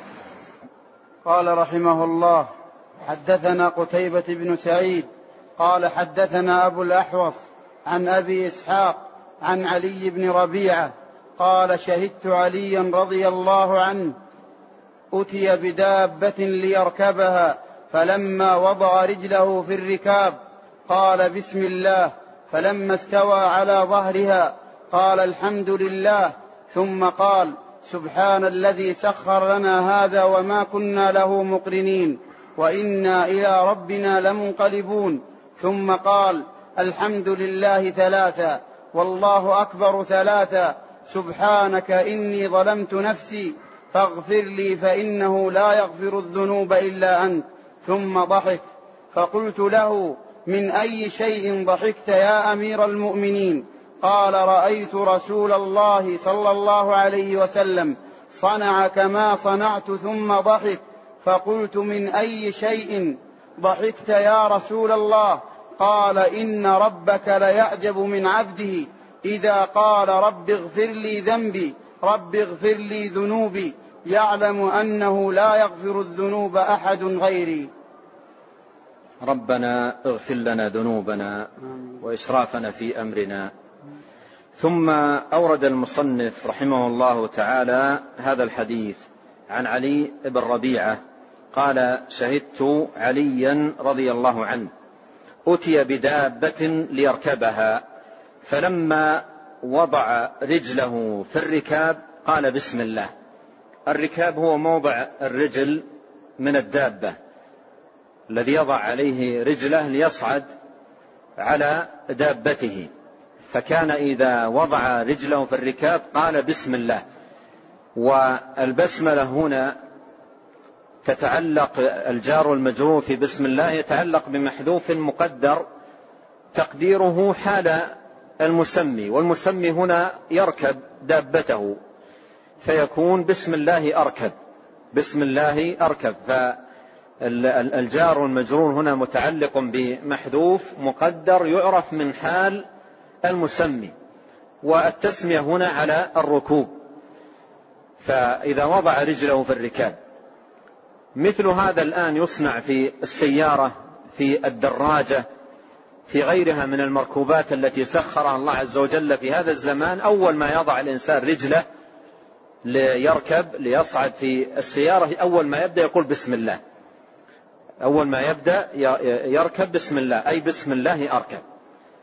قال رحمه الله: حدثنا قتيبة بن سعيد قال حدثنا أبو الأحوص عن أبي إسحاق عن علي بن ربيعة قال: شهدت عليا رضي الله عنه أتي بدابة ليركبها، فلما وضع رجله في الركاب قال: بسم الله، فلما استوى على ظهرها قال: الحمد لله، ثم قال: سبحان الذي سخر لنا هذا وما كنا له مقرنين وإنا إلى ربنا لمنقلبون، ثم قال: الحمد لله 3 والله أكبر 3 سبحانك إني ظلمت نفسي فاغفر لي فإنه لا يغفر الذنوب إلا أنت، ثم ضحك. فقلت له: من أي شيء ضحكت يا أمير المؤمنين؟ قال: رأيت رسول الله صلى الله عليه وسلم صنع كما صنعت ثم ضحك. فقلت: من أي شيء ضحكت يا رسول الله؟ قال: إن ربك ليعجب من عبده إذا قال: رب اغفر لي ذنبي، رب اغفر لي ذنوبي، يعلم أنه لا يغفر الذنوب أحد غيري. ربنا اغفر لنا ذنوبنا وإسرافنا في أمرنا. ثم أورد المصنف رحمه الله تعالى هذا الحديث عن علي بن ربيعة قال: شهدت عليا رضي الله عنه أتي بدابة ليركبها، فلما وضع رجله في الركاب قال: بسم الله. الركاب هو موضع الرجل من الدابة الذي يضع عليه رجله ليصعد على دابته، فكان إذا وضع رجله في الركاب قال: بسم الله. والبسملة هنا تتعلق، الجار والمجرور في بسم الله يتعلق بمحذوف مقدر تقديره حال المسمي، والمسمي هنا يركب دابته فيكون بسم الله أركب، بسم الله أركب. فالجار والمجرور هنا متعلق بمحذوف مقدر يعرف من حال المسمي، والتسمية هنا على الركوب. فإذا وضع رجله في الركاب، مثل هذا الآن يصنع في السيارة، في الدراجة، في غيرها من المركوبات التي سخرها الله عز وجل في هذا الزمان. أول ما يضع الإنسان رجله ليركب ليصعد في السيارة، أول ما يبدأ يقول بسم الله، أول ما يبدأ يركب بسم الله، أي بسم الله أركب.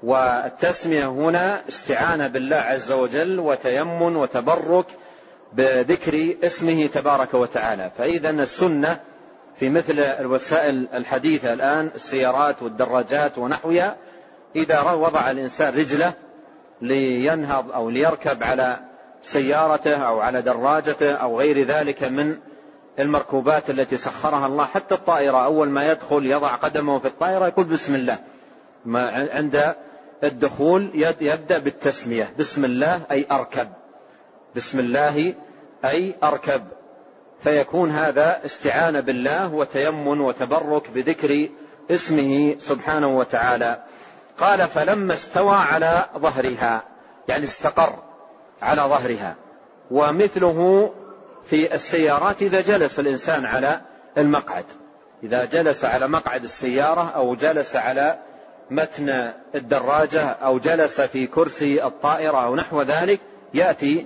والتسمية هنا استعانة بالله عز وجل وتيمن وتبرك بذكر اسمه تبارك وتعالى. فإذا السنة في مثل الوسائل الحديثة الآن السيارات والدراجات ونحوها، إذا وضع الإنسان رجله لينهض أو ليركب على سيارته أو على دراجته أو غير ذلك من المركوبات التي سخرها الله، حتى الطائرة أول ما يدخل يضع قدمه في الطائرة يقول بسم الله. عند الدخول يبدأ بالتسمية، بسم الله أي أركب، بسم الله أي أركب، فيكون هذا استعانة بالله وتيمن وتبرك بذكر اسمه سبحانه وتعالى. قال فلما استوى على ظهرها، يعني استقر على ظهرها. ومثله في السيارات إذا جلس الإنسان على المقعد، إذا جلس على مقعد السيارة أو جلس على متن الدراجة أو جلس في كرسي الطائرة أو نحو ذلك، يأتي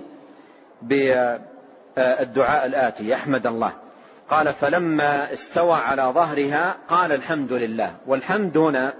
بالدعاء الآتي يحمد الله. قال فلما استوى على ظهرها قال الحمد لله. والحمد هنا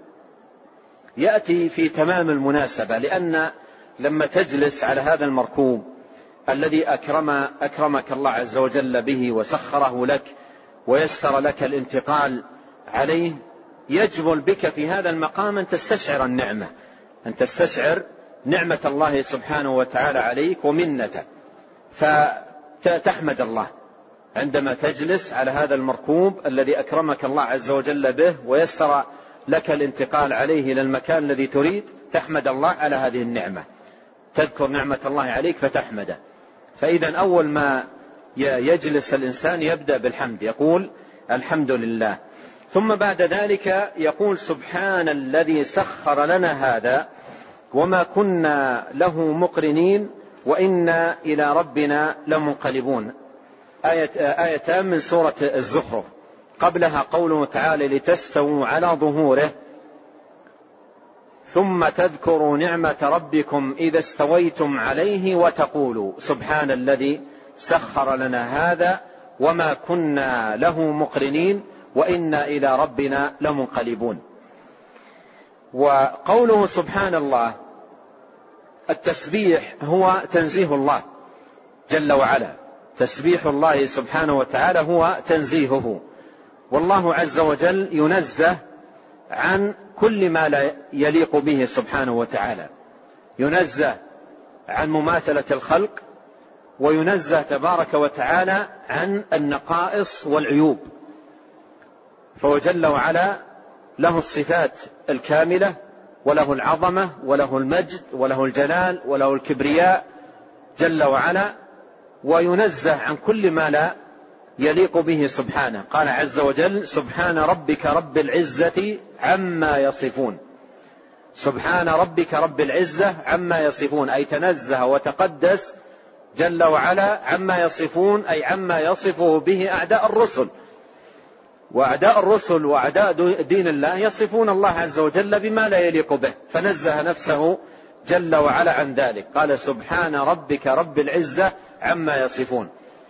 يأتي في تمام المناسبة، لأن لما تجلس على هذا المركوب الذي أكرمك الله عز وجل به وسخره لك ويسر لك الانتقال عليه، يجبل بك في هذا المقام أن تستشعر النعمة، أن تستشعر نعمة الله سبحانه وتعالى عليك ومنته، فتحمد الله عندما تجلس على هذا المركوب الذي أكرمك الله عز وجل به ويسر لك الانتقال عليه إلى المكان الذي تريد، تحمد الله على هذه النعمة، تذكر نعمة الله عليك فتحمده. فإذا أول ما يجلس الإنسان يبدأ بالحمد، يقول الحمد لله، ثم بعد ذلك يقول سبحان الذي سخر لنا هذا وما كنا له مقرنين وإنا إلى ربنا لمنقلبون. آيتان من سورة الزخرف. قبلها قوله تعالى لتستووا على ظهوره ثم تذكروا نعمة ربكم إذا استويتم عليه وتقولوا سبحان الذي سخر لنا هذا وما كنا له مقرنين وإنا إلى ربنا لمنقلبون. وقوله سبحان الله، التسبيح هو تنزيه الله جل وعلا، تسبيح الله سبحانه وتعالى هو تنزيهه، والله عز وجل ينزه عن كل ما لا يليق به سبحانه وتعالى، ينزه عن مماثلة الخلق، وينزه تبارك وتعالى عن النقائص والعيوب، فهو جل وعلا له الصفات الكاملة وله العظمة وله المجد وله الجلال وله الكبرياء جل وعلا، وينزه عن كل ما لا يليق به سبحانه. قال عز وجل سبحان ربك رب العزة عما يصفون، سبحان ربك رب العزة عما يصفون، أي تنزه وتقدس جل وعلا عما يصفون، أي عما يصفه به أعداء الرسل. وأعداء الرسل وأعداء دين الله يصفون الله عز وجل بما لا يليق به، فنزه نفسه جل وعلا عن ذلك. قال سبحان ربك رب العزة عما يصفون.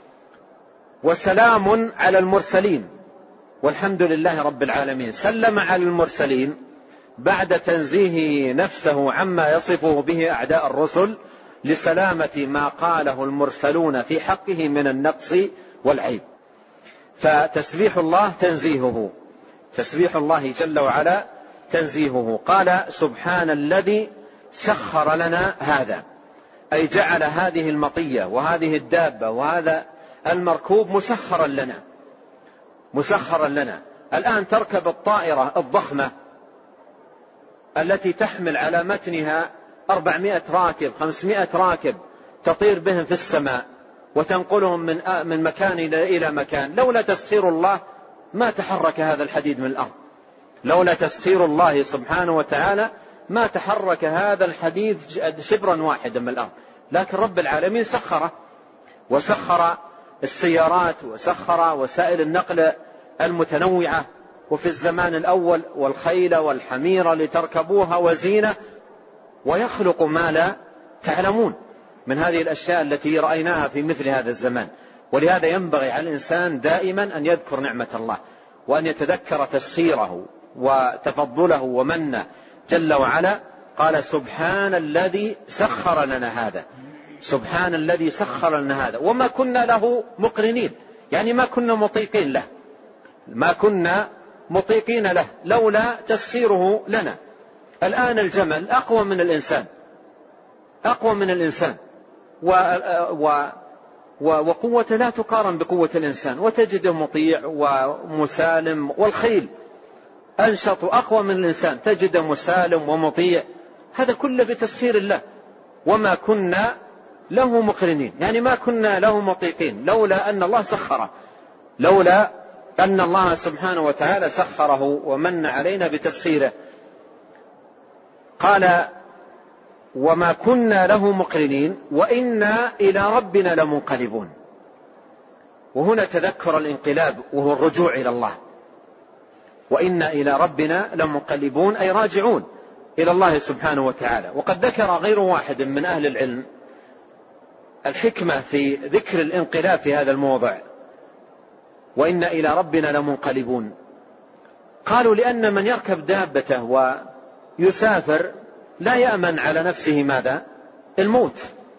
وسلام على المرسلين والحمد لله رب العالمين. سلم على المرسلين بعد تنزيه نفسه عما يصفه به أعداء الرسل لسلامة ما قاله المرسلون في حقه من النقص والعيب. فتسبيح الله تنزيهه، تسبيح الله جل وعلا تنزيهه. قال سبحان الذي سخر لنا هذا، أي جعل هذه المطية وهذه الدابة وهذا المركوب مسخرا لنا، مسخرا لنا. الآن تركب الطائرة الضخمة التي تحمل على متنها 400 راكب 500 راكب، تطير بهم في السماء وتنقلهم من مكان إلى مكان. لولا تسخير الله ما تحرك هذا الحديد من الأرض، لولا تسخير الله سبحانه وتعالى ما تحرك هذا الحديد شبرا واحدا من الأرض، لكن رب العالمين سخره، وسخر السيارات وسخر وسائل النقل المتنوعة، وفي الزمان الأول والخيل والحمير لتركبوها وزينة، ويخلق ما لا تعلمون من هذه الأشياء التي رأيناها في مثل هذا الزمان. ولهذا ينبغي على الإنسان دائما أن يذكر نعمة الله وأن يتذكر تسخيره وتفضله ومنه جل وعلا قال سبحان الذي سخر لنا هذا، سبحان الذي سخر لنا هذا وما كنا له مقرنين، يعني ما كنا مطيقين له، ما كنا مطيقين له لولا تسخيره لنا. الآن الجمل أقوى من الإنسان، أقوى من الإنسان، وقوته لا تقارن بقوة الإنسان، وتجده مطيع ومسالم، والخيل أنشط وأقوى من الإنسان تجده مسالم ومطيع، هذا كله بتسخير الله. وما كنا له مقرنين، يعني ما كنا له مطيقين لولا أن الله سخره، لولا أن الله سبحانه وتعالى سخره ومن علينا بتسخيره. قال وما كنا له مقرنين وإنا إلى ربنا لمنقلبون. وهنا تذكر الانقلاب وهو الرجوع إلى الله، وإنا إلى ربنا لمنقلبون أي راجعون إلى الله سبحانه وتعالى. وقد ذكر غير واحد من أهل العلم الحكمة في ذكر الانقلاب في هذا الموضع، وإنا إلى ربنا لمنقلبون. قالوا لأن من يركب دابته ويسافر لا يأمن على نفسه ماذا؟ الموت.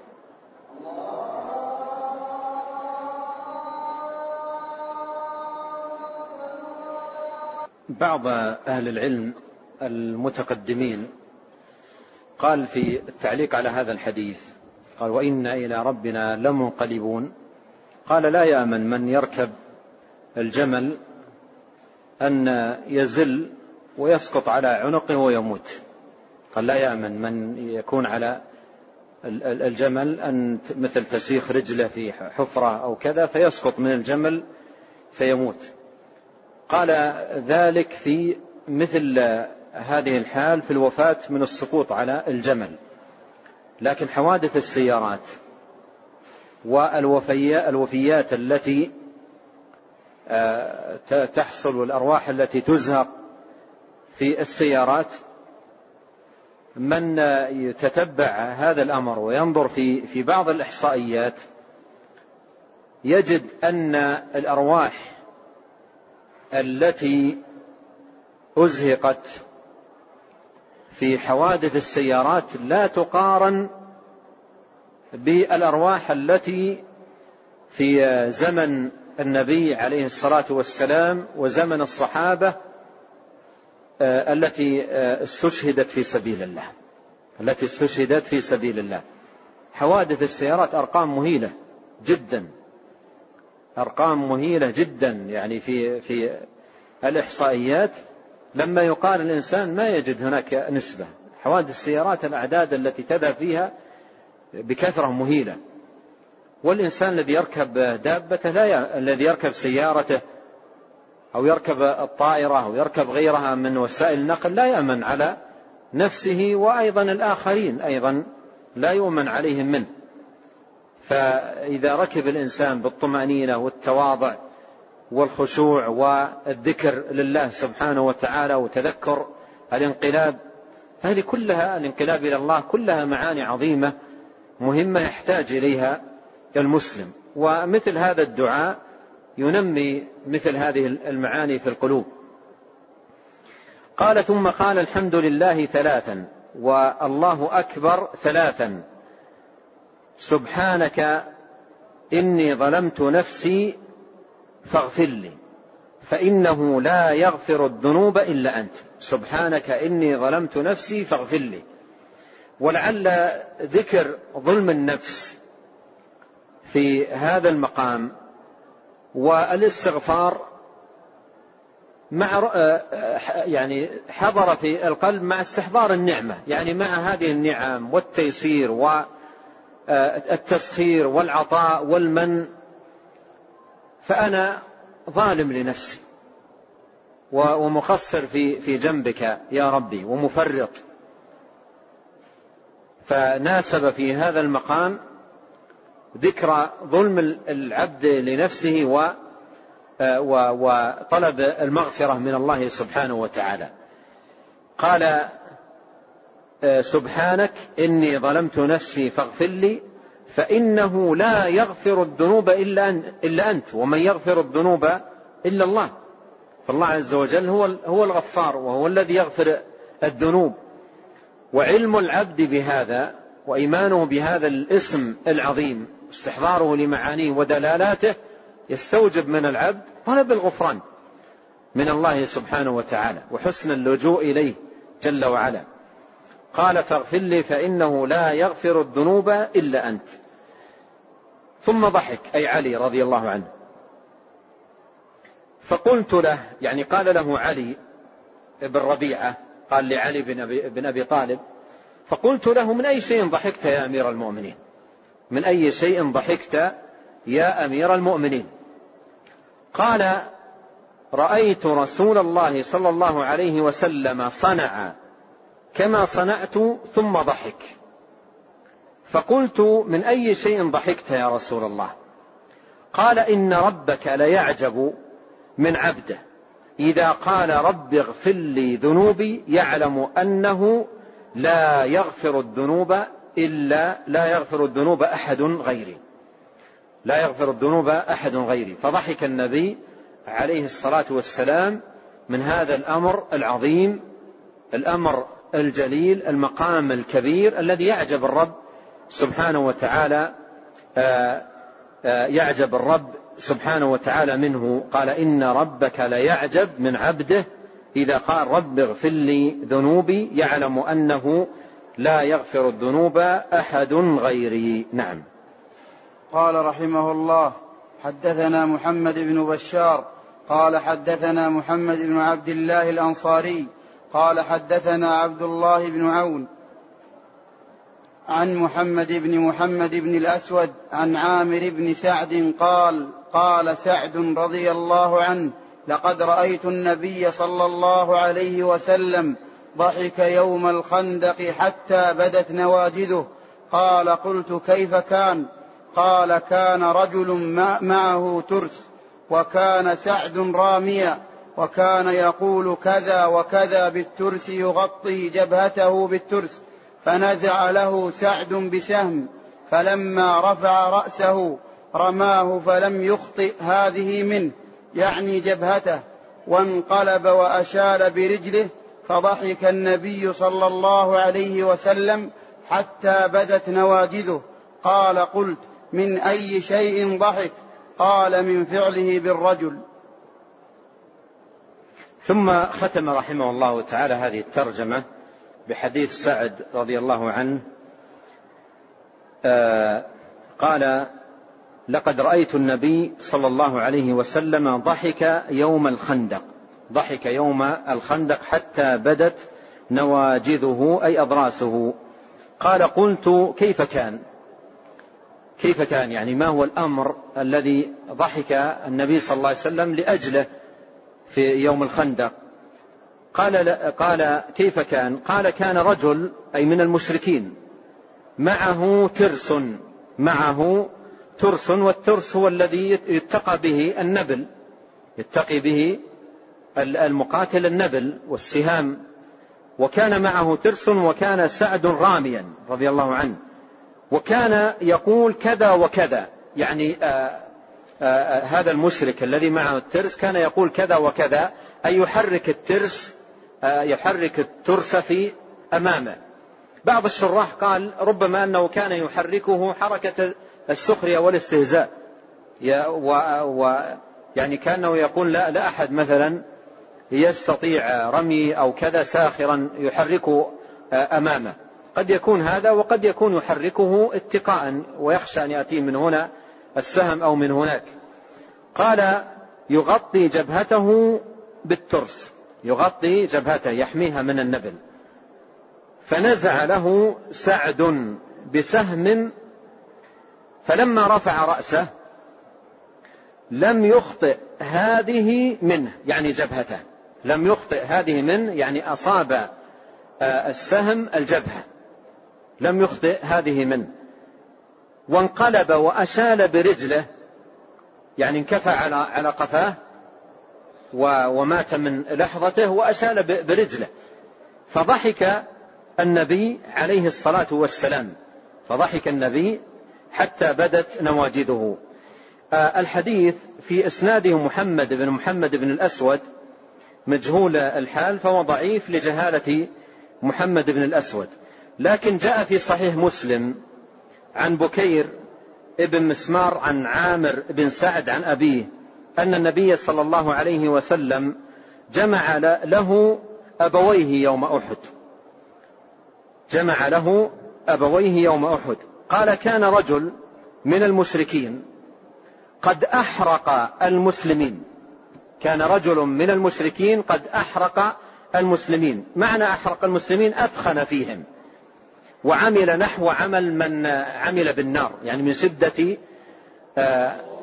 بعض أهل العلم المتقدمين قال في التعليق على هذا الحديث، قال وإنا إلى ربنا لمنقلبون، قال لا يأمن من يركب الجمل أن يزل ويسقط على عنقه ويموت. قال لا يأمن من يكون على الجمل أن مثل تسيخ رجله في حفرة أو كذا فيسقط من الجمل فيموت. قال ذلك في مثل هذه الحال في الوفاة من السقوط على الجمل. لكن حوادث السيارات والوفيات التي تحصل والأرواح التي تزهق في السيارات، من يتتبع هذا الأمر وينظر في بعض الإحصائيات يجد أن الأرواح التي أزهقت في حوادث السيارات لا تقارن بالأرواح التي في زمن النبي عليه الصلاة والسلام وزمن الصحابة التي استشهدت في سبيل الله، التي استشهدت في سبيل الله. حوادث السيارات أرقام مهيلة جدا، أرقام مهيلة جدا، يعني في الإحصائيات لما يقال الإنسان ما يجد هناك نسبة. حوادث السيارات الأعداد التي تذهب فيها بكثرة مهيلة. والإنسان الذي يركب دابته الذي يركب سيارته أو يركب الطائرة أو يركب غيرها من وسائل النقل لا يأمن على نفسه، وأيضا الآخرين أيضا لا يؤمن عليهم منه. فإذا ركب الإنسان بالطمأنينة والتواضع والخشوع والذكر لله سبحانه وتعالى وتذكر الانقلاب، هذه كلها الانقلاب إلى الله كلها معاني عظيمة مهمة يحتاج إليها المسلم. ومثل هذا الدعاء ينمي مثل هذه المعاني في القلوب. قال ثم قال الحمد لله 3 والله أكبر 3 سبحانك إني ظلمت نفسي فاغفر لي فإنه لا يغفر الذنوب إلا أنت. سبحانك إني ظلمت نفسي فاغفر لي. ولعل ذكر ظلم النفس في هذا المقام والاستغفار مع يعني حضر في القلب مع استحضار النعمة، يعني مع هذه النعم والتيسير والتسخير والعطاء والمن، فأنا ظالم لنفسي ومقصر في جنبك يا ربي ومفرط. فناسب في هذا المقام ذكر ظلم العبد لنفسه وطلب المغفرة من الله سبحانه وتعالى. قال سبحانك إني ظلمت نفسي فاغفر لي فإنه لا يغفر الذنوب إلا أنت ومن يغفر الذنوب إلا الله. فالله عز وجل هو الغفار وهو الذي يغفر الذنوب وعلم العبد بهذا وإيمانه بهذا الاسم العظيم استحضاره لمعانيه ودلالاته يستوجب من العبد طلب الغفران من الله سبحانه وتعالى وحسن اللجوء إليه جل وعلا. قال فاغفر لي فإنه لا يغفر الذنوب إلا أنت. ثم ضحك أي علي رضي الله عنه. فقلت له يعني قال له علي بن ربيعة قال لعلي بن أبي طالب فقلت له من أي شيء ضحكت يا أمير المؤمنين؟ من أي شيء ضحكت يا أمير المؤمنين؟ قال رأيت رسول الله صلى الله عليه وسلم صنع كما صنعت ثم ضحك. فقلت من أي شيء ضحكت يا رسول الله؟ قال إن ربك ليعجب من عبده إذا قال رب اغفر لي ذنوبي يعلم أنه لا يغفر الذنوب أحد غيري. لا يغفر الذنوب أحد غيري. فضحك النبي عليه الصلاة والسلام من هذا الأمر العظيم، الأمر الجليل، المقام الكبير الذي يعجب الرب سبحانه وتعالى منه. قال إن ربك ليعجب من عبده إذا قال رب اغفر لي ذنوبي يعلم أنه لا يغفر الذنوب أحد غيري. نعم. قال رحمه الله حدثنا محمد بن بشار قال حدثنا محمد بن عبد الله الأنصاري قال حدثنا عبد الله بن عون عن محمد بن الأسود عن عامر بن سعد قال سعد رضي الله عنه لقد رأيت النبي صلى الله عليه وسلم ضحك يوم الخندق حتى بدت نواجذه. قال قلت كيف كان؟ قال كان رجل معه ترس وكان سعد راميا وكان يقول كذا وكذا بالترس يغطي جبهته بالترس فنزع له سعد بسهم فلما رفع رأسه رماه فلم يخطئ هذه منه يعني جبهته وانقلب وأشال برجله فضحك النبي صلى الله عليه وسلم حتى بدت نواجذه. قال قلت من أي شيء ضحك؟ قال من فعله بالرجل. ثم ختم رحمه الله تعالى هذه الترجمة بحديث سعد رضي الله عنه قال لقد رأيت النبي صلى الله عليه وسلم ضحك يوم الخندق حتى بدت نواجذه أي أضراسه. قال قلت كيف كان يعني ما هو الأمر الذي ضحك النبي صلى الله عليه وسلم لأجله في يوم الخندق؟ قال كيف كان؟ قال كان رجل أي من المشركين معه ترس والترس هو الذي يتقى به النبل، يتقي به المقاتل النبل والسهام. وكان معه ترس وكان سعد راميا رضي الله عنه وكان يقول كذا وكذا يعني هذا المشرك الذي معه الترس كان يقول كذا وكذا أي يحرك الترس في أمامه. بعض الشراح قال ربما أنه كان يحركه حركة السخرية والاستهزاء يعني كأنه يقول لا أحد مثلا يستطيع رمي أو كذا ساخرا يحركه أمامه. قد يكون هذا وقد يكون يحركه اتقاء ويخشى أن يأتي من هنا السهم أو من هناك. قال يغطي جبهته بالترس، يغطي جبهته يحميها من النبل. فنزع له سعد بسهم فلما رفع رأسه لم يخطئ هذه منه يعني جبهته، لم يخطئ هذه منه يعني أصاب السهم الجبهة، لم يخطئ هذه منه. وانقلب وأشال برجله يعني انكفى على قفاه ومات من لحظته وأشال برجله. فضحك النبي عليه الصلاة والسلام، فضحك النبي حتى بدت نواجذه. الحديث في إسناده محمد بن الأسود مجهول الحال فهو ضعيف لجهالة محمد بن الأسود. لكن جاء في صحيح مسلم عن بكير ابن مسمار عن عامر بن سعد عن أبيه أن النبي صلى الله عليه وسلم جمع له أبويه يوم أحد. جمع له أبويه يوم أحد. قال كان رجل من المشركين قد أحرق المسلمين. كان رجل من المشركين قد أحرق المسلمين. معنى أحرق المسلمين أثخن فيهم وعمل نحو عمل من عمل بالنار، يعني من شدة